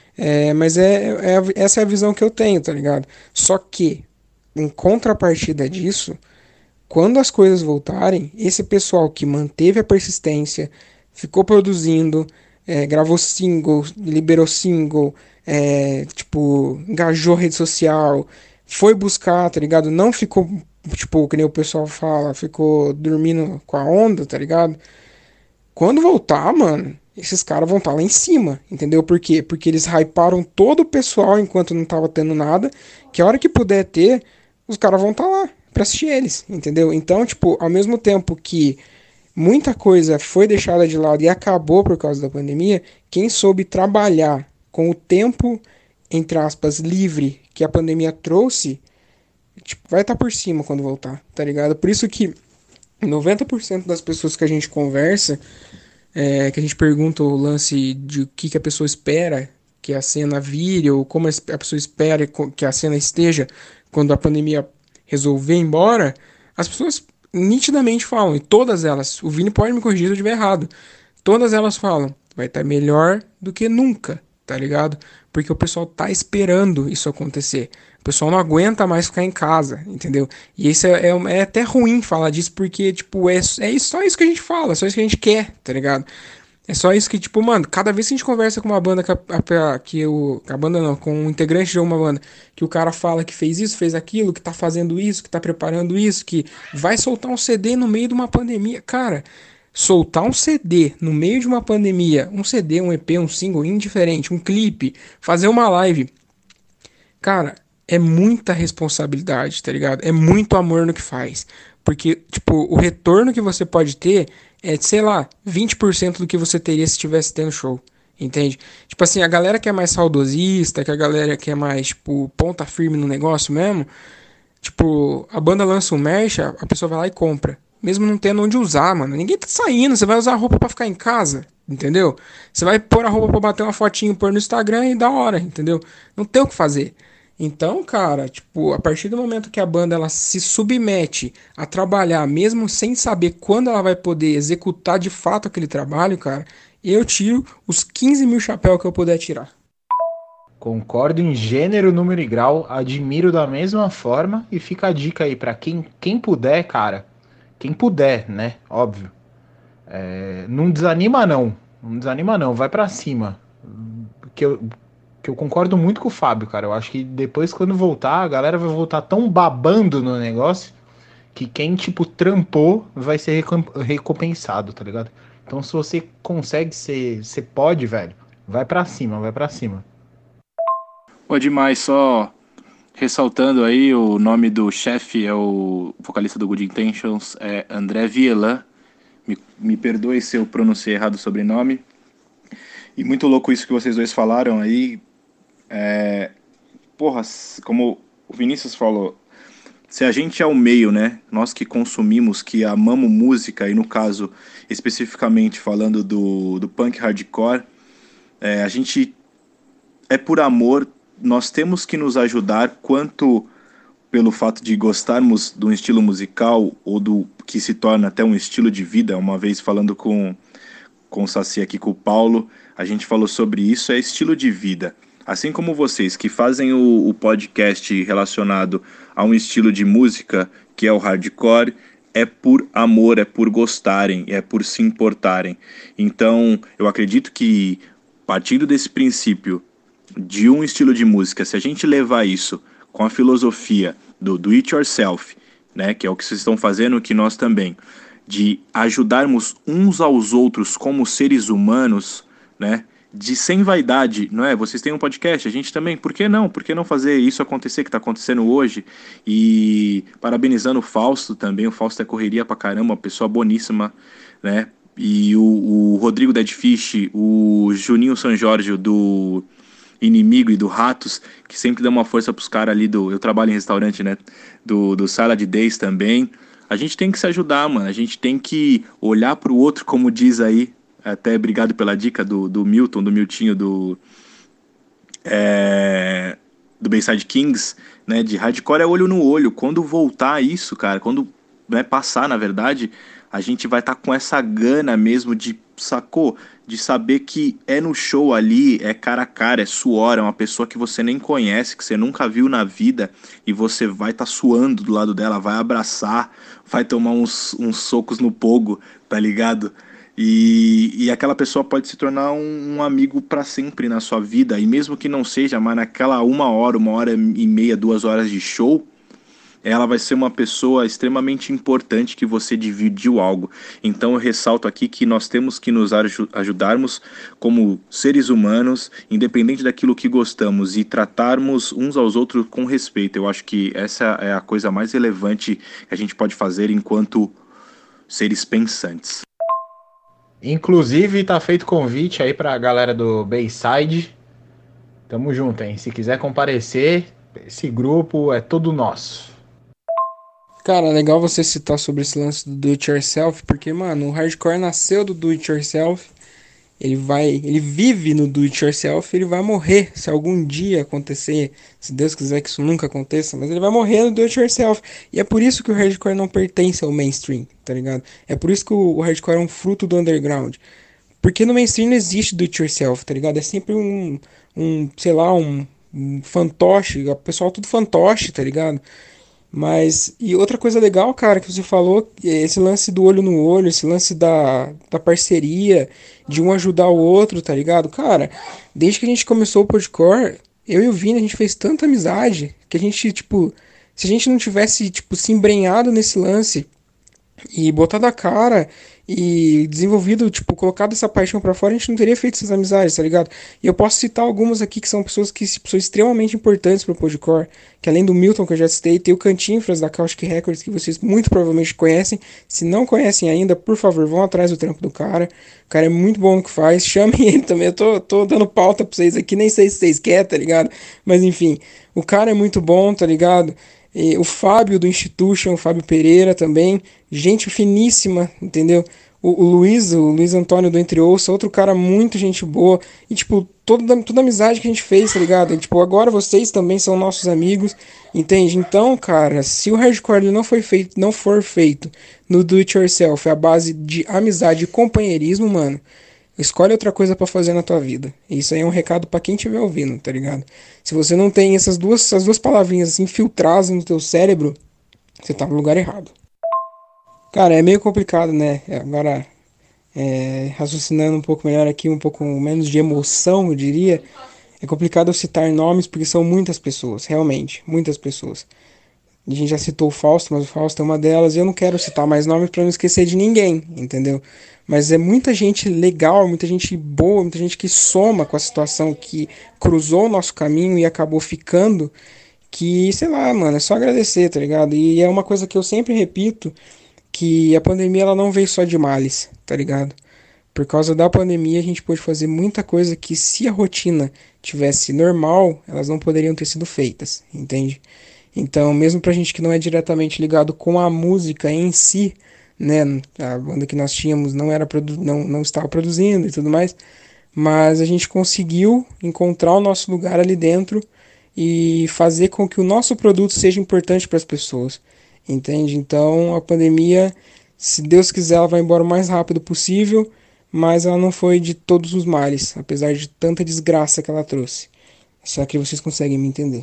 Speaker 4: É, mas é, é, essa é a visão que eu tenho, tá ligado? Só que, em contrapartida disso, quando as coisas voltarem, esse pessoal que manteve a persistência, ficou produzindo, é, gravou single, liberou single, é, tipo, engajou rede social, foi buscar, tá ligado? Não ficou, tipo, que nem o pessoal fala, ficou dormindo com a onda, tá ligado? Quando voltar, mano, esses caras vão estar lá em cima, entendeu? Por quê? Porque eles hyparam todo o pessoal enquanto não tava tendo nada, que a hora que puder ter, os caras vão estar lá pra assistir eles, entendeu? Então, tipo, ao mesmo tempo que muita coisa foi deixada de lado e acabou por causa da pandemia, quem soube trabalhar com o tempo, entre aspas, livre que a pandemia trouxe, tipo, vai estar por cima quando voltar, tá ligado? Por isso que noventa por cento das pessoas que a gente conversa, é, que a gente pergunta o lance de o que, que a pessoa espera que a cena vire, ou como a pessoa espera que a cena esteja quando a pandemia resolver ir embora, as pessoas nitidamente falam, e todas elas, o Vini pode me corrigir se eu estiver errado, todas elas falam, vai estar melhor do que nunca, tá ligado? Porque o pessoal tá esperando isso acontecer. O pessoal não aguenta mais ficar em casa, entendeu? E isso é, é, é até ruim falar disso, porque, tipo, é, é só isso que a gente fala, é só isso que a gente quer, tá ligado? É só isso que, tipo, mano, cada vez que a gente conversa com uma banda, que a, que o, a banda não, com um integrante de uma banda, que o cara fala que fez isso, fez aquilo, que tá fazendo isso, que tá preparando isso, que vai soltar um C D no meio de uma pandemia. Cara, soltar um C D no meio de uma pandemia, um C D, um E P, um single, indiferente, um clipe, fazer uma live, cara, é muita responsabilidade, tá ligado? É muito amor no que faz. Porque, tipo, o retorno que você pode ter é, sei lá, vinte por cento do que você teria se estivesse tendo show, entende? Tipo assim, a galera que é mais saudosista, que a galera que é mais, tipo, ponta firme no negócio mesmo, tipo, a banda lança um merch, a pessoa vai lá e compra. Mesmo não tendo onde usar, mano. Ninguém tá saindo, você vai usar a roupa pra ficar em casa, entendeu? Você vai pôr a roupa pra bater uma fotinho, pôr no Instagram e da hora, entendeu? Não tem o que fazer. Então, cara, tipo, a partir do momento que a banda ela se submete a trabalhar, mesmo sem saber quando ela vai poder executar de fato aquele trabalho, cara, eu tiro os quinze mil chapéus que eu puder tirar.
Speaker 1: Concordo em gênero, número e grau, admiro da mesma forma e fica a dica aí pra quem, quem puder, cara, quem puder, né, óbvio, é, não desanima não, não desanima não, vai pra cima, que eu... que eu concordo muito com o Fábio, cara. Eu acho que depois, quando voltar, a galera vai voltar tão babando no negócio que quem, tipo, trampou vai ser recompensado, tá ligado? Então, se você consegue, você, você pode, velho, vai pra cima, vai pra cima.
Speaker 3: Pô, demais, só ressaltando aí, o nome do chefe é o vocalista do Good Intentions, é André Vielan. Me, me perdoe se eu pronunciei errado o sobrenome. E muito louco isso que vocês dois falaram aí. É, porra, como o Vinícius falou, se a gente é o meio, né, nós que consumimos, que amamos música, e no caso, especificamente falando do, do punk hardcore, é, a gente é por amor, nós temos que nos ajudar, quanto pelo fato de gostarmos de um estilo musical, ou do que se torna até um estilo de vida. Uma vez falando com, com o Saci aqui, com o Paulo, a gente falou sobre isso, é estilo de vida. Assim como vocês que fazem o, o podcast relacionado a um estilo de música, que é o hardcore, é por amor, é por gostarem, é por se importarem. Então, eu acredito que, partindo desse princípio de um estilo de música, se a gente levar isso com a filosofia do do it yourself, né, que é o que vocês estão fazendo, que nós também, de ajudarmos uns aos outros como seres humanos, né, de sem vaidade, não é? Vocês têm um podcast, a gente também, por que não? Por que não fazer isso acontecer que está acontecendo hoje? E parabenizando o Fausto também, o Fausto é correria pra caramba, uma pessoa boníssima, né? E o, o Rodrigo Dead Fish, o Juninho San Jorge do Inimigo e do Ratos, que sempre dá uma força pros caras ali do... Eu trabalho em restaurante, né? Do, do Salad Days também. A gente tem que se ajudar, mano. A gente tem que olhar pro outro, como diz aí. Até obrigado pela dica do, do Milton, do Miltinho, do... É, do Bayside Kings, né, de hardcore é olho no olho. Quando voltar isso, cara, quando, né, passar, na verdade, a gente vai estar tá com essa gana mesmo de, sacou? De saber que é no show ali, é cara a cara, é suor, é uma pessoa que você nem conhece, que você nunca viu na vida, e você vai estar tá suando do lado dela, vai abraçar, vai tomar uns, uns socos no pogo, tá ligado? E, e aquela pessoa pode se tornar um, um amigo para sempre na sua vida, e mesmo que não seja, mas naquela uma hora, uma hora e meia, duas horas de show, ela vai ser uma pessoa extremamente importante que você dividiu algo. Então eu ressalto aqui que nós temos que nos aju- ajudarmos como seres humanos, independente daquilo que gostamos, e tratarmos uns aos outros com respeito. Eu acho que essa é a coisa mais relevante que a gente pode fazer enquanto seres pensantes.
Speaker 1: Inclusive, tá feito convite aí pra galera do Bayside. Tamo junto, hein? Se quiser comparecer, esse grupo é todo nosso.
Speaker 4: Cara, legal você citar sobre esse lance do do it yourself, porque, mano, o hardcore nasceu do do it yourself. Ele vai, ele vive no do it yourself, ele vai morrer se algum dia acontecer, se Deus quiser que isso nunca aconteça, mas ele vai morrer no do it yourself. E é por isso que o hardcore não pertence ao mainstream, tá ligado? É por isso que o, o hardcore é um fruto do underground. Porque no mainstream não existe do it yourself, tá ligado? É sempre um, um sei lá, um, um fantoche, o pessoal tudo fantoche, tá ligado? Mas, e outra coisa legal, cara, que você falou, é esse lance do olho no olho, esse lance da, da parceria, de um ajudar o outro, tá ligado? Cara, desde que a gente começou o Podcore, eu e o Vini, a gente fez tanta amizade, que a gente, tipo, se a gente não tivesse, tipo, se embrenhado nesse lance e botado a cara e desenvolvido, tipo, colocado essa paixão pra fora, a gente não teria feito essas amizades, tá ligado? E eu posso citar algumas aqui que são pessoas que tipo, são extremamente importantes pro Podcore, que além do Milton, que eu já citei, tem o Cantinfras da Caustic Records, que vocês muito provavelmente conhecem. Se não conhecem ainda, por favor, vão atrás do trampo do cara. O cara é muito bom no que faz, chamem ele também. Eu tô, tô dando pauta pra vocês aqui, nem sei se vocês querem, tá ligado? Mas enfim, o cara é muito bom, tá ligado? E o Fábio do Institution, o Fábio Pereira também, gente finíssima, entendeu? O, o Luiz, o Luiz Antônio do Entre Ouça, outro cara muito gente boa. E, tipo, toda, toda a amizade que a gente fez, tá ligado? E, tipo, agora vocês também são nossos amigos, entende? Então, cara, se o hardcore ele não foi feito, não for feito no do it yourself, a base de amizade e companheirismo, mano, escolhe outra coisa pra fazer na tua vida. Isso aí é um recado pra quem estiver ouvindo, tá ligado? Se você não tem essas duas, essas duas palavrinhas assim filtradas no teu cérebro, você tá no lugar errado. Cara, é meio complicado, né? Agora, é, raciocinando um pouco melhor aqui, um pouco menos de emoção, eu diria. É complicado eu citar nomes porque são muitas pessoas, realmente, muitas pessoas. A gente já citou o Fausto, mas o Fausto é uma delas e eu não quero citar mais nomes para não esquecer de ninguém, entendeu? Mas é muita gente legal, muita gente boa, muita gente que soma com a situação, que cruzou o nosso caminho e acabou ficando, que, sei lá, mano, é só agradecer, tá ligado? E é uma coisa que eu sempre repito, que a pandemia ela não veio só de males, tá ligado? Por causa da pandemia a gente pôde fazer muita coisa que se a rotina tivesse normal, elas não poderiam ter sido feitas, entende? Então, mesmo pra gente que não é diretamente ligado com a música em si, né, a banda que nós tínhamos não era produ- não, não estava produzindo e tudo mais, mas a gente conseguiu encontrar o nosso lugar ali dentro e fazer com que o nosso produto seja importante para as pessoas, entende? Então, a pandemia, se Deus quiser, ela vai embora o mais rápido possível, mas ela não foi de todos os males, apesar de tanta desgraça que ela trouxe. Será que vocês conseguem me entender?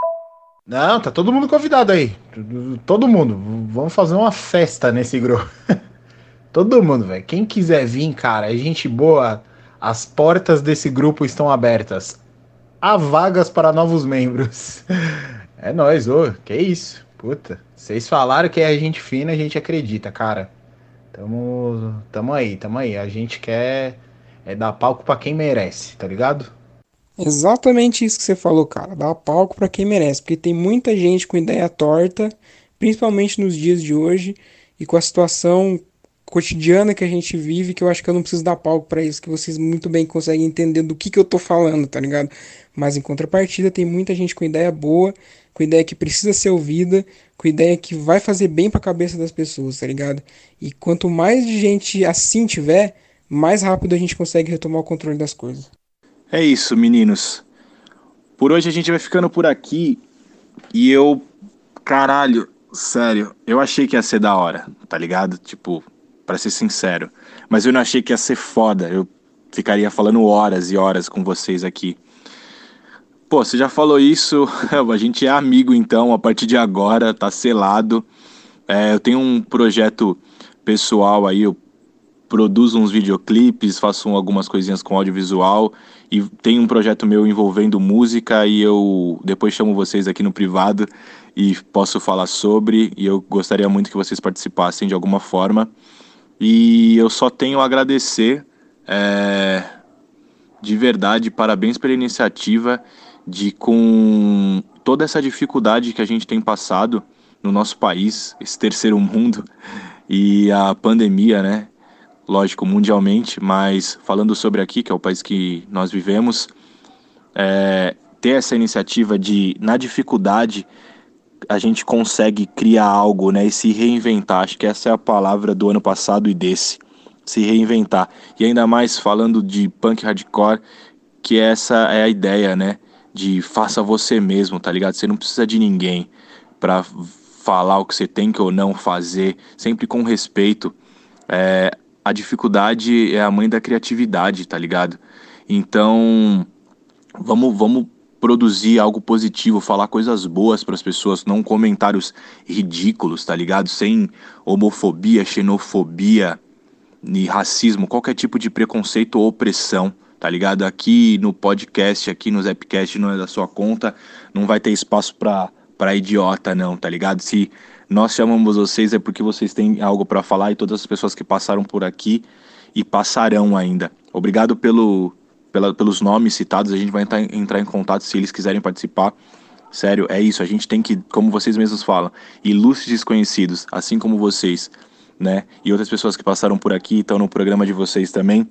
Speaker 1: Não, tá todo mundo convidado aí. Todo mundo. Vamos fazer uma festa nesse grupo. Todo mundo, velho. Quem quiser vir, cara, é gente boa. As portas desse grupo estão abertas. Há vagas para novos membros. É nóis, ô. Que isso. Puta. Vocês falaram que é gente fina, a gente acredita, cara. Tamo, tamo aí, tamo aí. A gente quer é dar palco pra quem merece, tá ligado?
Speaker 4: Exatamente isso que você falou, cara. Dá palco pra quem merece, porque tem muita gente com ideia torta, principalmente nos dias de hoje, e com a situação cotidiana que a gente vive, que eu acho que eu não preciso dar palco pra isso, que vocês muito bem conseguem entender do que que eu tô falando, tá ligado? Mas em contrapartida, tem muita gente com ideia boa, com ideia que precisa ser ouvida, com ideia que vai fazer bem pra cabeça das pessoas, tá ligado? E quanto mais de gente assim tiver, mais rápido a gente consegue retomar o controle das coisas.
Speaker 3: É isso, meninos. Por hoje a gente vai ficando por aqui. E eu, caralho, sério, eu achei que ia ser da hora, tá ligado? Tipo, pra ser sincero. Mas eu não achei que ia ser foda. Eu ficaria falando horas e horas com vocês aqui. Pô, você já falou isso, a gente é amigo então, a partir de agora, tá selado. É, eu tenho um projeto pessoal aí, eu produzo uns videoclipes, faço algumas coisinhas com audiovisual e tem um projeto meu envolvendo música e eu depois chamo vocês aqui no privado e posso falar sobre, e eu gostaria muito que vocês participassem de alguma forma. E eu só tenho a agradecer, é, de verdade, parabéns pela iniciativa de, com toda essa dificuldade que a gente tem passado no nosso país, esse terceiro mundo e a pandemia, né? Lógico, mundialmente, mas falando sobre aqui, que é o país que nós vivemos, é, ter essa iniciativa de, na dificuldade, a gente consegue criar algo, né, e se reinventar. Acho que essa é a palavra do ano passado e desse, se reinventar. E ainda mais falando de punk hardcore, que essa é a ideia, né, de faça você mesmo, tá ligado? Você não precisa de ninguém pra falar o que você tem que ou não fazer, sempre com respeito. É, a dificuldade é a mãe da criatividade, tá ligado? Então, vamos, vamos produzir algo positivo, falar coisas boas pras pessoas, não comentários ridículos, tá ligado? Sem homofobia, xenofobia e racismo, qualquer tipo de preconceito ou opressão, tá ligado? Aqui no podcast, aqui no Zapcast, não é da sua conta, não vai ter espaço pra, pra idiota não, tá ligado? Se nós chamamos vocês é porque vocês têm algo pra falar, e todas as pessoas que passaram por aqui e passarão ainda. Obrigado pelo, pela, pelos nomes citados, a gente vai entrar, entrar em contato se eles quiserem participar. Sério, é isso, a gente tem que, como vocês mesmos falam, ilustres desconhecidos, assim como vocês, né? E outras pessoas que passaram por aqui, estão no programa de vocês também,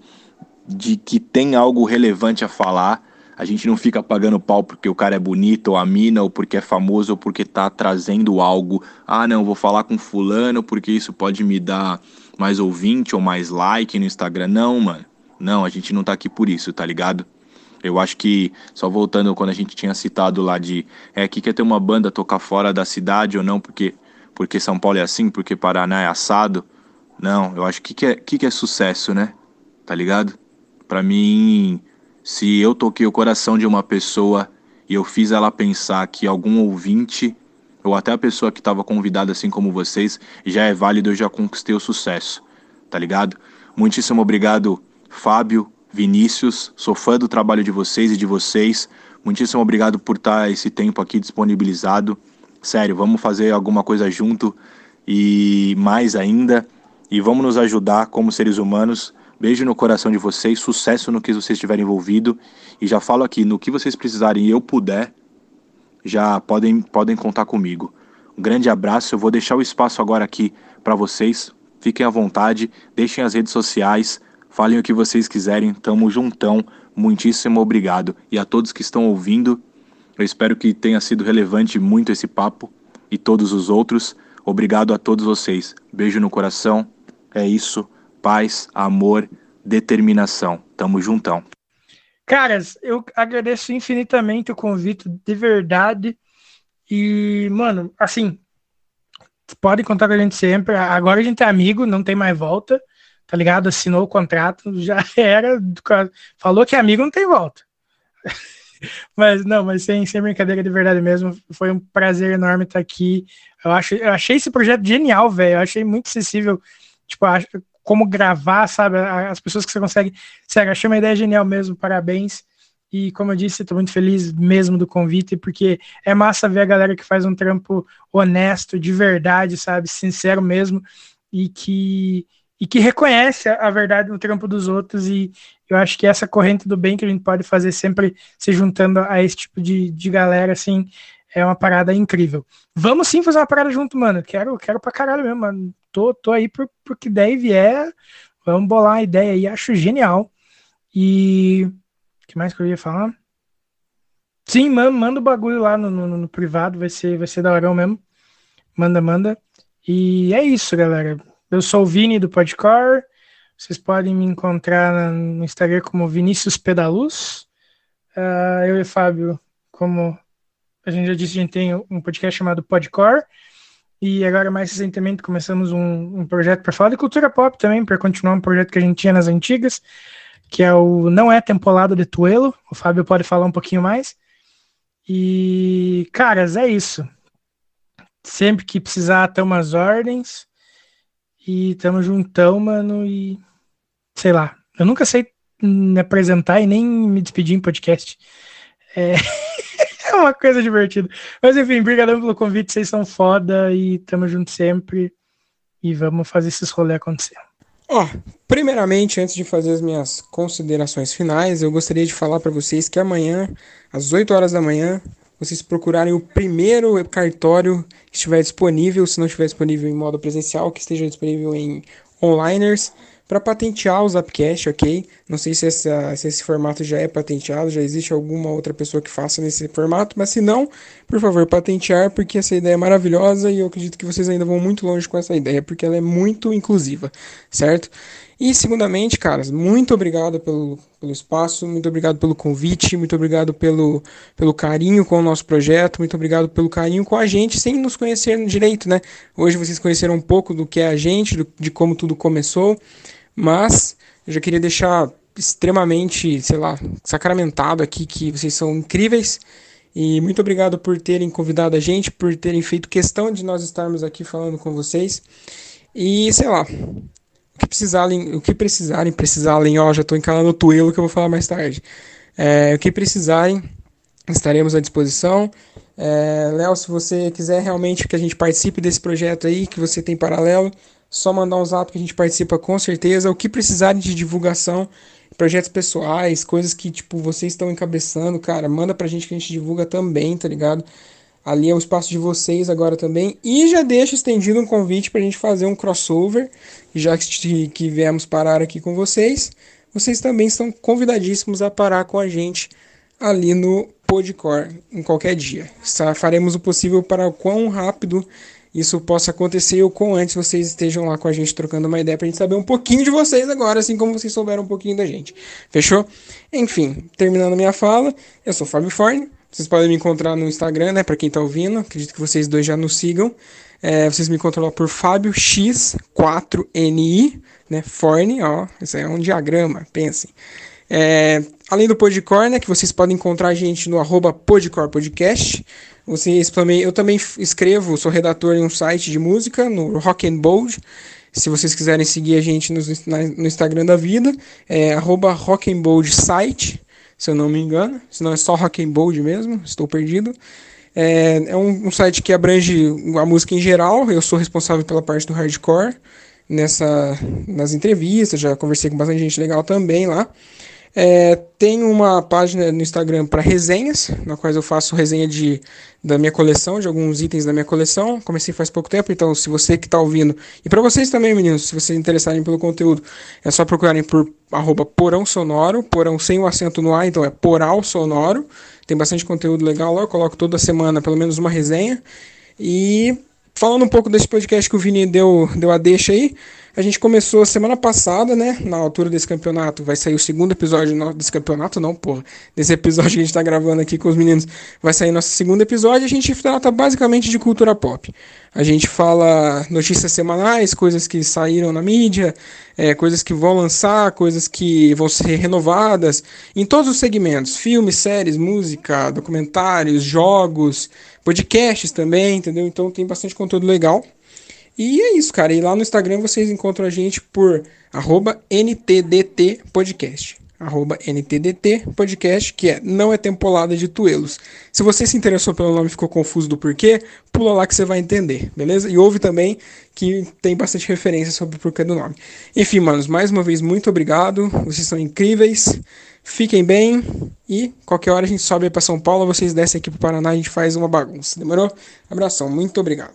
Speaker 3: de que tem algo relevante a falar. A gente não fica pagando pau porque o cara é bonito, ou a mina, ou porque é famoso, ou porque tá trazendo algo. Ah, não, vou falar com fulano porque isso pode me dar mais ouvinte ou mais like no Instagram. Não, mano. Não, a gente não tá aqui por isso, tá ligado? Eu acho que, só voltando quando a gente tinha citado lá de... É, que quer ter uma banda tocar fora da cidade ou não, porque, porque São Paulo é assim, porque Paraná é assado. Não, eu acho que que é, que que é sucesso, né? Tá ligado? Pra mim, se eu toquei o coração de uma pessoa e eu fiz ela pensar que algum ouvinte, ou até a pessoa que estava convidada assim como vocês, já é válido, eu já conquistei o sucesso, tá ligado? Muitíssimo obrigado, Fábio, Vinícius, sou fã do trabalho de vocês e de vocês. Muitíssimo obrigado por estar esse tempo aqui disponibilizado. Sério, vamos fazer alguma coisa junto e mais ainda, e vamos nos ajudar como seres humanos. Beijo no coração de vocês, sucesso no que vocês estiverem envolvido. E já falo aqui, no que vocês precisarem e eu puder, já podem, podem contar comigo. Um grande abraço, eu vou deixar o espaço agora aqui para vocês. Fiquem à vontade, deixem as redes sociais, falem o que vocês quiserem, tamo juntão. Muitíssimo obrigado. E a todos que estão ouvindo, eu espero que tenha sido relevante muito esse papo e todos os outros. Obrigado a todos vocês. Beijo no coração, é isso. Paz, amor, determinação. Tamo juntão.
Speaker 5: Caras, eu agradeço infinitamente o convite, de verdade. E, mano, assim, podem contar com a gente sempre. Agora a gente é amigo, não tem mais volta, tá ligado? Assinou o contrato, já era. Falou que é amigo, não tem volta. Mas não, mas sem, sem brincadeira, de verdade mesmo. Foi um prazer enorme estar aqui. Eu, acho, eu achei esse projeto genial, velho. Eu achei muito acessível. Tipo, acho, como gravar, sabe, as pessoas que você consegue, sério, achei uma ideia genial mesmo, parabéns, e como eu disse, estou muito feliz mesmo do convite, porque é massa ver a galera que faz um trampo honesto, de verdade, sabe, sincero mesmo, e que, e que reconhece a verdade no trampo dos outros, e eu acho que essa corrente do bem que a gente pode fazer sempre se juntando a esse tipo de, de galera, assim, é uma parada incrível. Vamos sim fazer uma parada junto, mano, quero, quero pra caralho mesmo, mano. Tô, tô aí por, por que der e vier. Vamos bolar uma ideia aí, acho genial. E o que mais que eu ia falar? Sim, manda, manda o bagulho lá no, no, no privado, vai ser, vai ser da hora mesmo. Manda, manda. E é isso, galera. Eu sou o Vini do Podcore. Vocês podem me encontrar no Instagram como Vinícius Pedaluz. Uh, eu e o Fábio como a gente já disse, a gente tem um podcast chamado Podcore, e agora mais recentemente começamos um, um projeto para falar de cultura pop também, para continuar um projeto que a gente tinha nas antigas, que é o Não É Tempolado de Tuelo. O Fábio pode falar um pouquinho mais. E, caras, é isso. Sempre que precisar, tamo às ordens. E tamo juntão, mano, e sei lá. Eu nunca sei me apresentar e nem me despedir em podcast. É, é uma coisa divertida. Mas enfim, brigadão pelo convite, vocês são foda e tamo junto sempre. E vamos fazer esses rolês acontecer.
Speaker 4: Ó, oh, primeiramente, antes de fazer as minhas considerações finais, eu gostaria de falar para vocês que amanhã, às oito horas da manhã, vocês procurarem o primeiro cartório que estiver disponível, se não estiver disponível em modo presencial, que esteja disponível em onliners, para patentear o Zapcast, ok? Não sei se, essa, se esse formato já é patenteado, já existe alguma outra pessoa que faça nesse formato, mas se não, por favor, patentear, porque essa ideia é maravilhosa e eu acredito que vocês ainda vão muito longe com essa ideia, porque ela é muito inclusiva, certo? E, segundamente, caras, muito obrigado pelo, pelo espaço, muito obrigado pelo convite, muito obrigado pelo, pelo carinho com o nosso projeto, muito obrigado pelo carinho com a gente, sem nos conhecer direito, né? Hoje vocês conheceram um pouco do que é a gente, do, de como tudo começou, mas eu já queria deixar extremamente, sei lá, sacramentado aqui que vocês são incríveis e muito obrigado por terem convidado a gente, por terem feito questão de nós estarmos aqui falando com vocês e, sei lá, o que precisarem, o que precisarem, precisarem, ó, já estou encalando o tuelo que eu vou falar mais tarde, é, o que precisarem, estaremos à disposição. É, Léo, se você quiser realmente que a gente participe desse projeto aí, que você tem paralelo, só mandar um zap que a gente participa com certeza. O que precisarem de divulgação, projetos pessoais, coisas que tipo vocês estão encabeçando, cara, manda pra gente que a gente divulga também, tá ligado? Ali é o espaço de vocês agora também. E já deixo estendido um convite pra gente fazer um crossover, já que, que viemos parar aqui com vocês. Vocês também estão convidadíssimos a parar com a gente ali no Podcore em qualquer dia. Faremos o possível para o quão rápido isso possa acontecer ou quão antes vocês estejam lá com a gente trocando uma ideia pra gente saber um pouquinho de vocês agora, assim como vocês souberam um pouquinho da gente. Fechou? Enfim, terminando minha fala, eu sou o Fábio Forne. Vocês podem me encontrar no Instagram, né? Pra quem tá ouvindo, acredito que vocês dois já nos sigam. É, vocês me encontram lá por Fábio X quatro N I, né? Forne, ó, isso aí é um diagrama, pensem. É, além do Podcore, né, que vocês podem encontrar a gente no arroba Podcore Podcast. Vocês também, eu também escrevo, sou redator em um site de música, no Rock and Bold. Se vocês quiserem seguir a gente no, no Instagram da vida, é arroba Rock and Bold Site, se eu não me engano. Senão é só Rock and Bold mesmo, estou perdido. É, é um, um site que abrange a música em geral. Eu sou responsável pela parte do hardcore nessa, nas entrevistas, já conversei com bastante gente legal também lá. É, tem uma página no Instagram para resenhas, na qual eu faço resenha de, da minha coleção, de alguns itens da minha coleção. Comecei faz pouco tempo, então se você que está ouvindo, e para vocês também, meninos, se vocês se interessarem pelo conteúdo, é só procurarem por arroba Porão Sonoro, porão sem o acento no A, então é Poral Sonoro. Tem bastante conteúdo legal lá, eu coloco toda semana pelo menos uma resenha. E falando um pouco desse podcast que o Vini deu, deu a deixa aí, a gente começou semana passada, né, na altura desse campeonato, vai sair o segundo episódio desse campeonato, não, porra, desse episódio que a gente tá gravando aqui com os meninos, vai sair nosso segundo episódio, a gente trata basicamente de cultura pop. A gente fala notícias semanais, coisas que saíram na mídia, é, coisas que vão lançar, coisas que vão ser renovadas, em todos os segmentos, filmes, séries, música, documentários, jogos, podcasts também, entendeu? Então tem bastante conteúdo legal. E é isso, cara. E lá no Instagram vocês encontram a gente por arroba N T D T Podcast. Arroba N T D T Podcast, que é Não É Tempolada de Tuelos. Se você se interessou pelo nome e ficou confuso do porquê, pula lá que você vai entender, beleza? E ouve também que tem bastante referência sobre o porquê do nome. Enfim, manos, mais uma vez, muito obrigado. Vocês são incríveis. Fiquem bem. E qualquer hora a gente sobe aí pra São Paulo, vocês descem aqui pro Paraná e a gente faz uma bagunça. Demorou? Abração. Muito obrigado.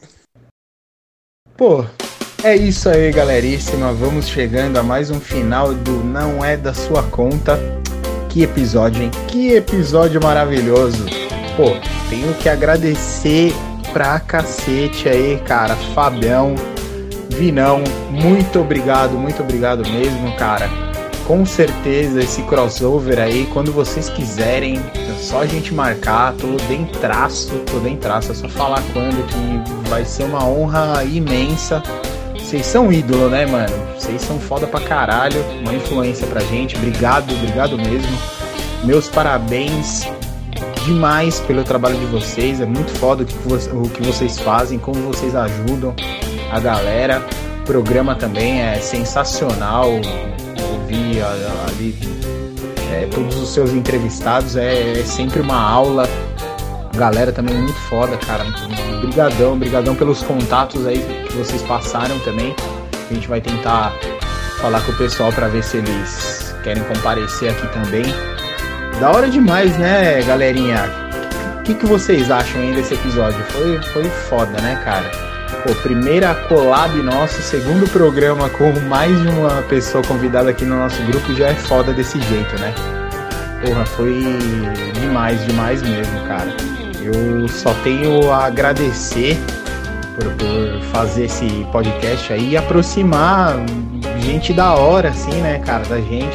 Speaker 1: Pô, é isso aí, galeríssima. Vamos chegando a mais um final do Não É Da Sua Conta. Que episódio, hein? Que episódio maravilhoso. Pô, tenho que agradecer pra cacete aí, cara. Fabião, Vinão, muito obrigado, muito obrigado mesmo, cara. com certeza esse crossover aí, quando vocês quiserem, é só a gente marcar, tô dentraço, tô dentraço, é só falar quando, que vai ser uma honra imensa. Vocês são ídolo, né, mano? Vocês são foda pra caralho, uma influência pra gente, obrigado, obrigado mesmo. Meus parabéns demais pelo trabalho de vocês, é muito foda o que, o que vocês fazem, como vocês ajudam a galera. O programa também é sensacional, ouvir ali é, todos os seus entrevistados, é, é sempre uma aula. A galera também é muito foda, cara. Brigadão, brigadão pelos contatos aí que vocês passaram também. A gente vai tentar falar com o pessoal pra ver se eles querem comparecer aqui também. Da hora demais, né, galerinha? O que, que vocês acham aí desse episódio? Foi, foi foda, né, cara? Pô, primeira collab nossa, segundo programa com mais de uma pessoa convidada aqui no nosso grupo, já é foda desse jeito, né? Porra, foi demais, demais mesmo, cara. Eu só tenho a agradecer por, por fazer esse podcast aí e aproximar gente da hora, assim, né, cara, da gente.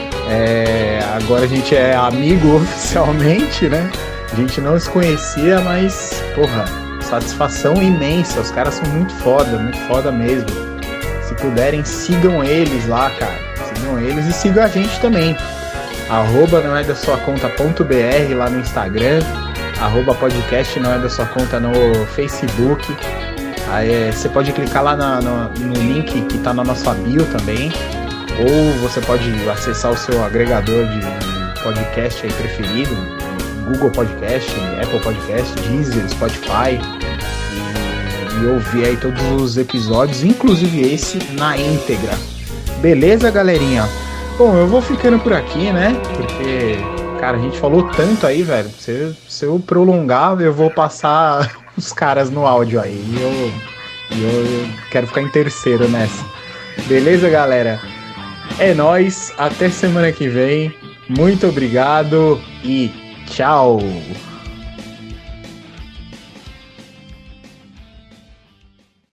Speaker 1: É, agora a gente é amigo oficialmente, né? A gente não se conhecia, mas, porra, satisfação imensa. Os caras são muito foda, muito foda mesmo. Se puderem, sigam eles lá, cara. Sigam eles e sigam a gente também. Arroba não é da sua conta ponto br lá no Instagram. Arroba podcast não é da sua conta no Facebook. Aí você pode clicar lá na, no, no link que tá na nossa bio também. Ou você pode acessar o seu agregador de podcast aí preferido, Google Podcast, Apple Podcast, Deezer, Spotify, e, e ouvir aí todos os episódios, inclusive esse na íntegra. Beleza, galerinha? Bom, eu vou ficando por aqui, né? Porque, cara, a gente falou tanto aí, velho. Se, se eu prolongar, eu vou passar os caras no áudio aí. E eu, e eu quero ficar em terceiro nessa. Beleza, galera? É nóis, até semana que vem. Muito obrigado e tchau!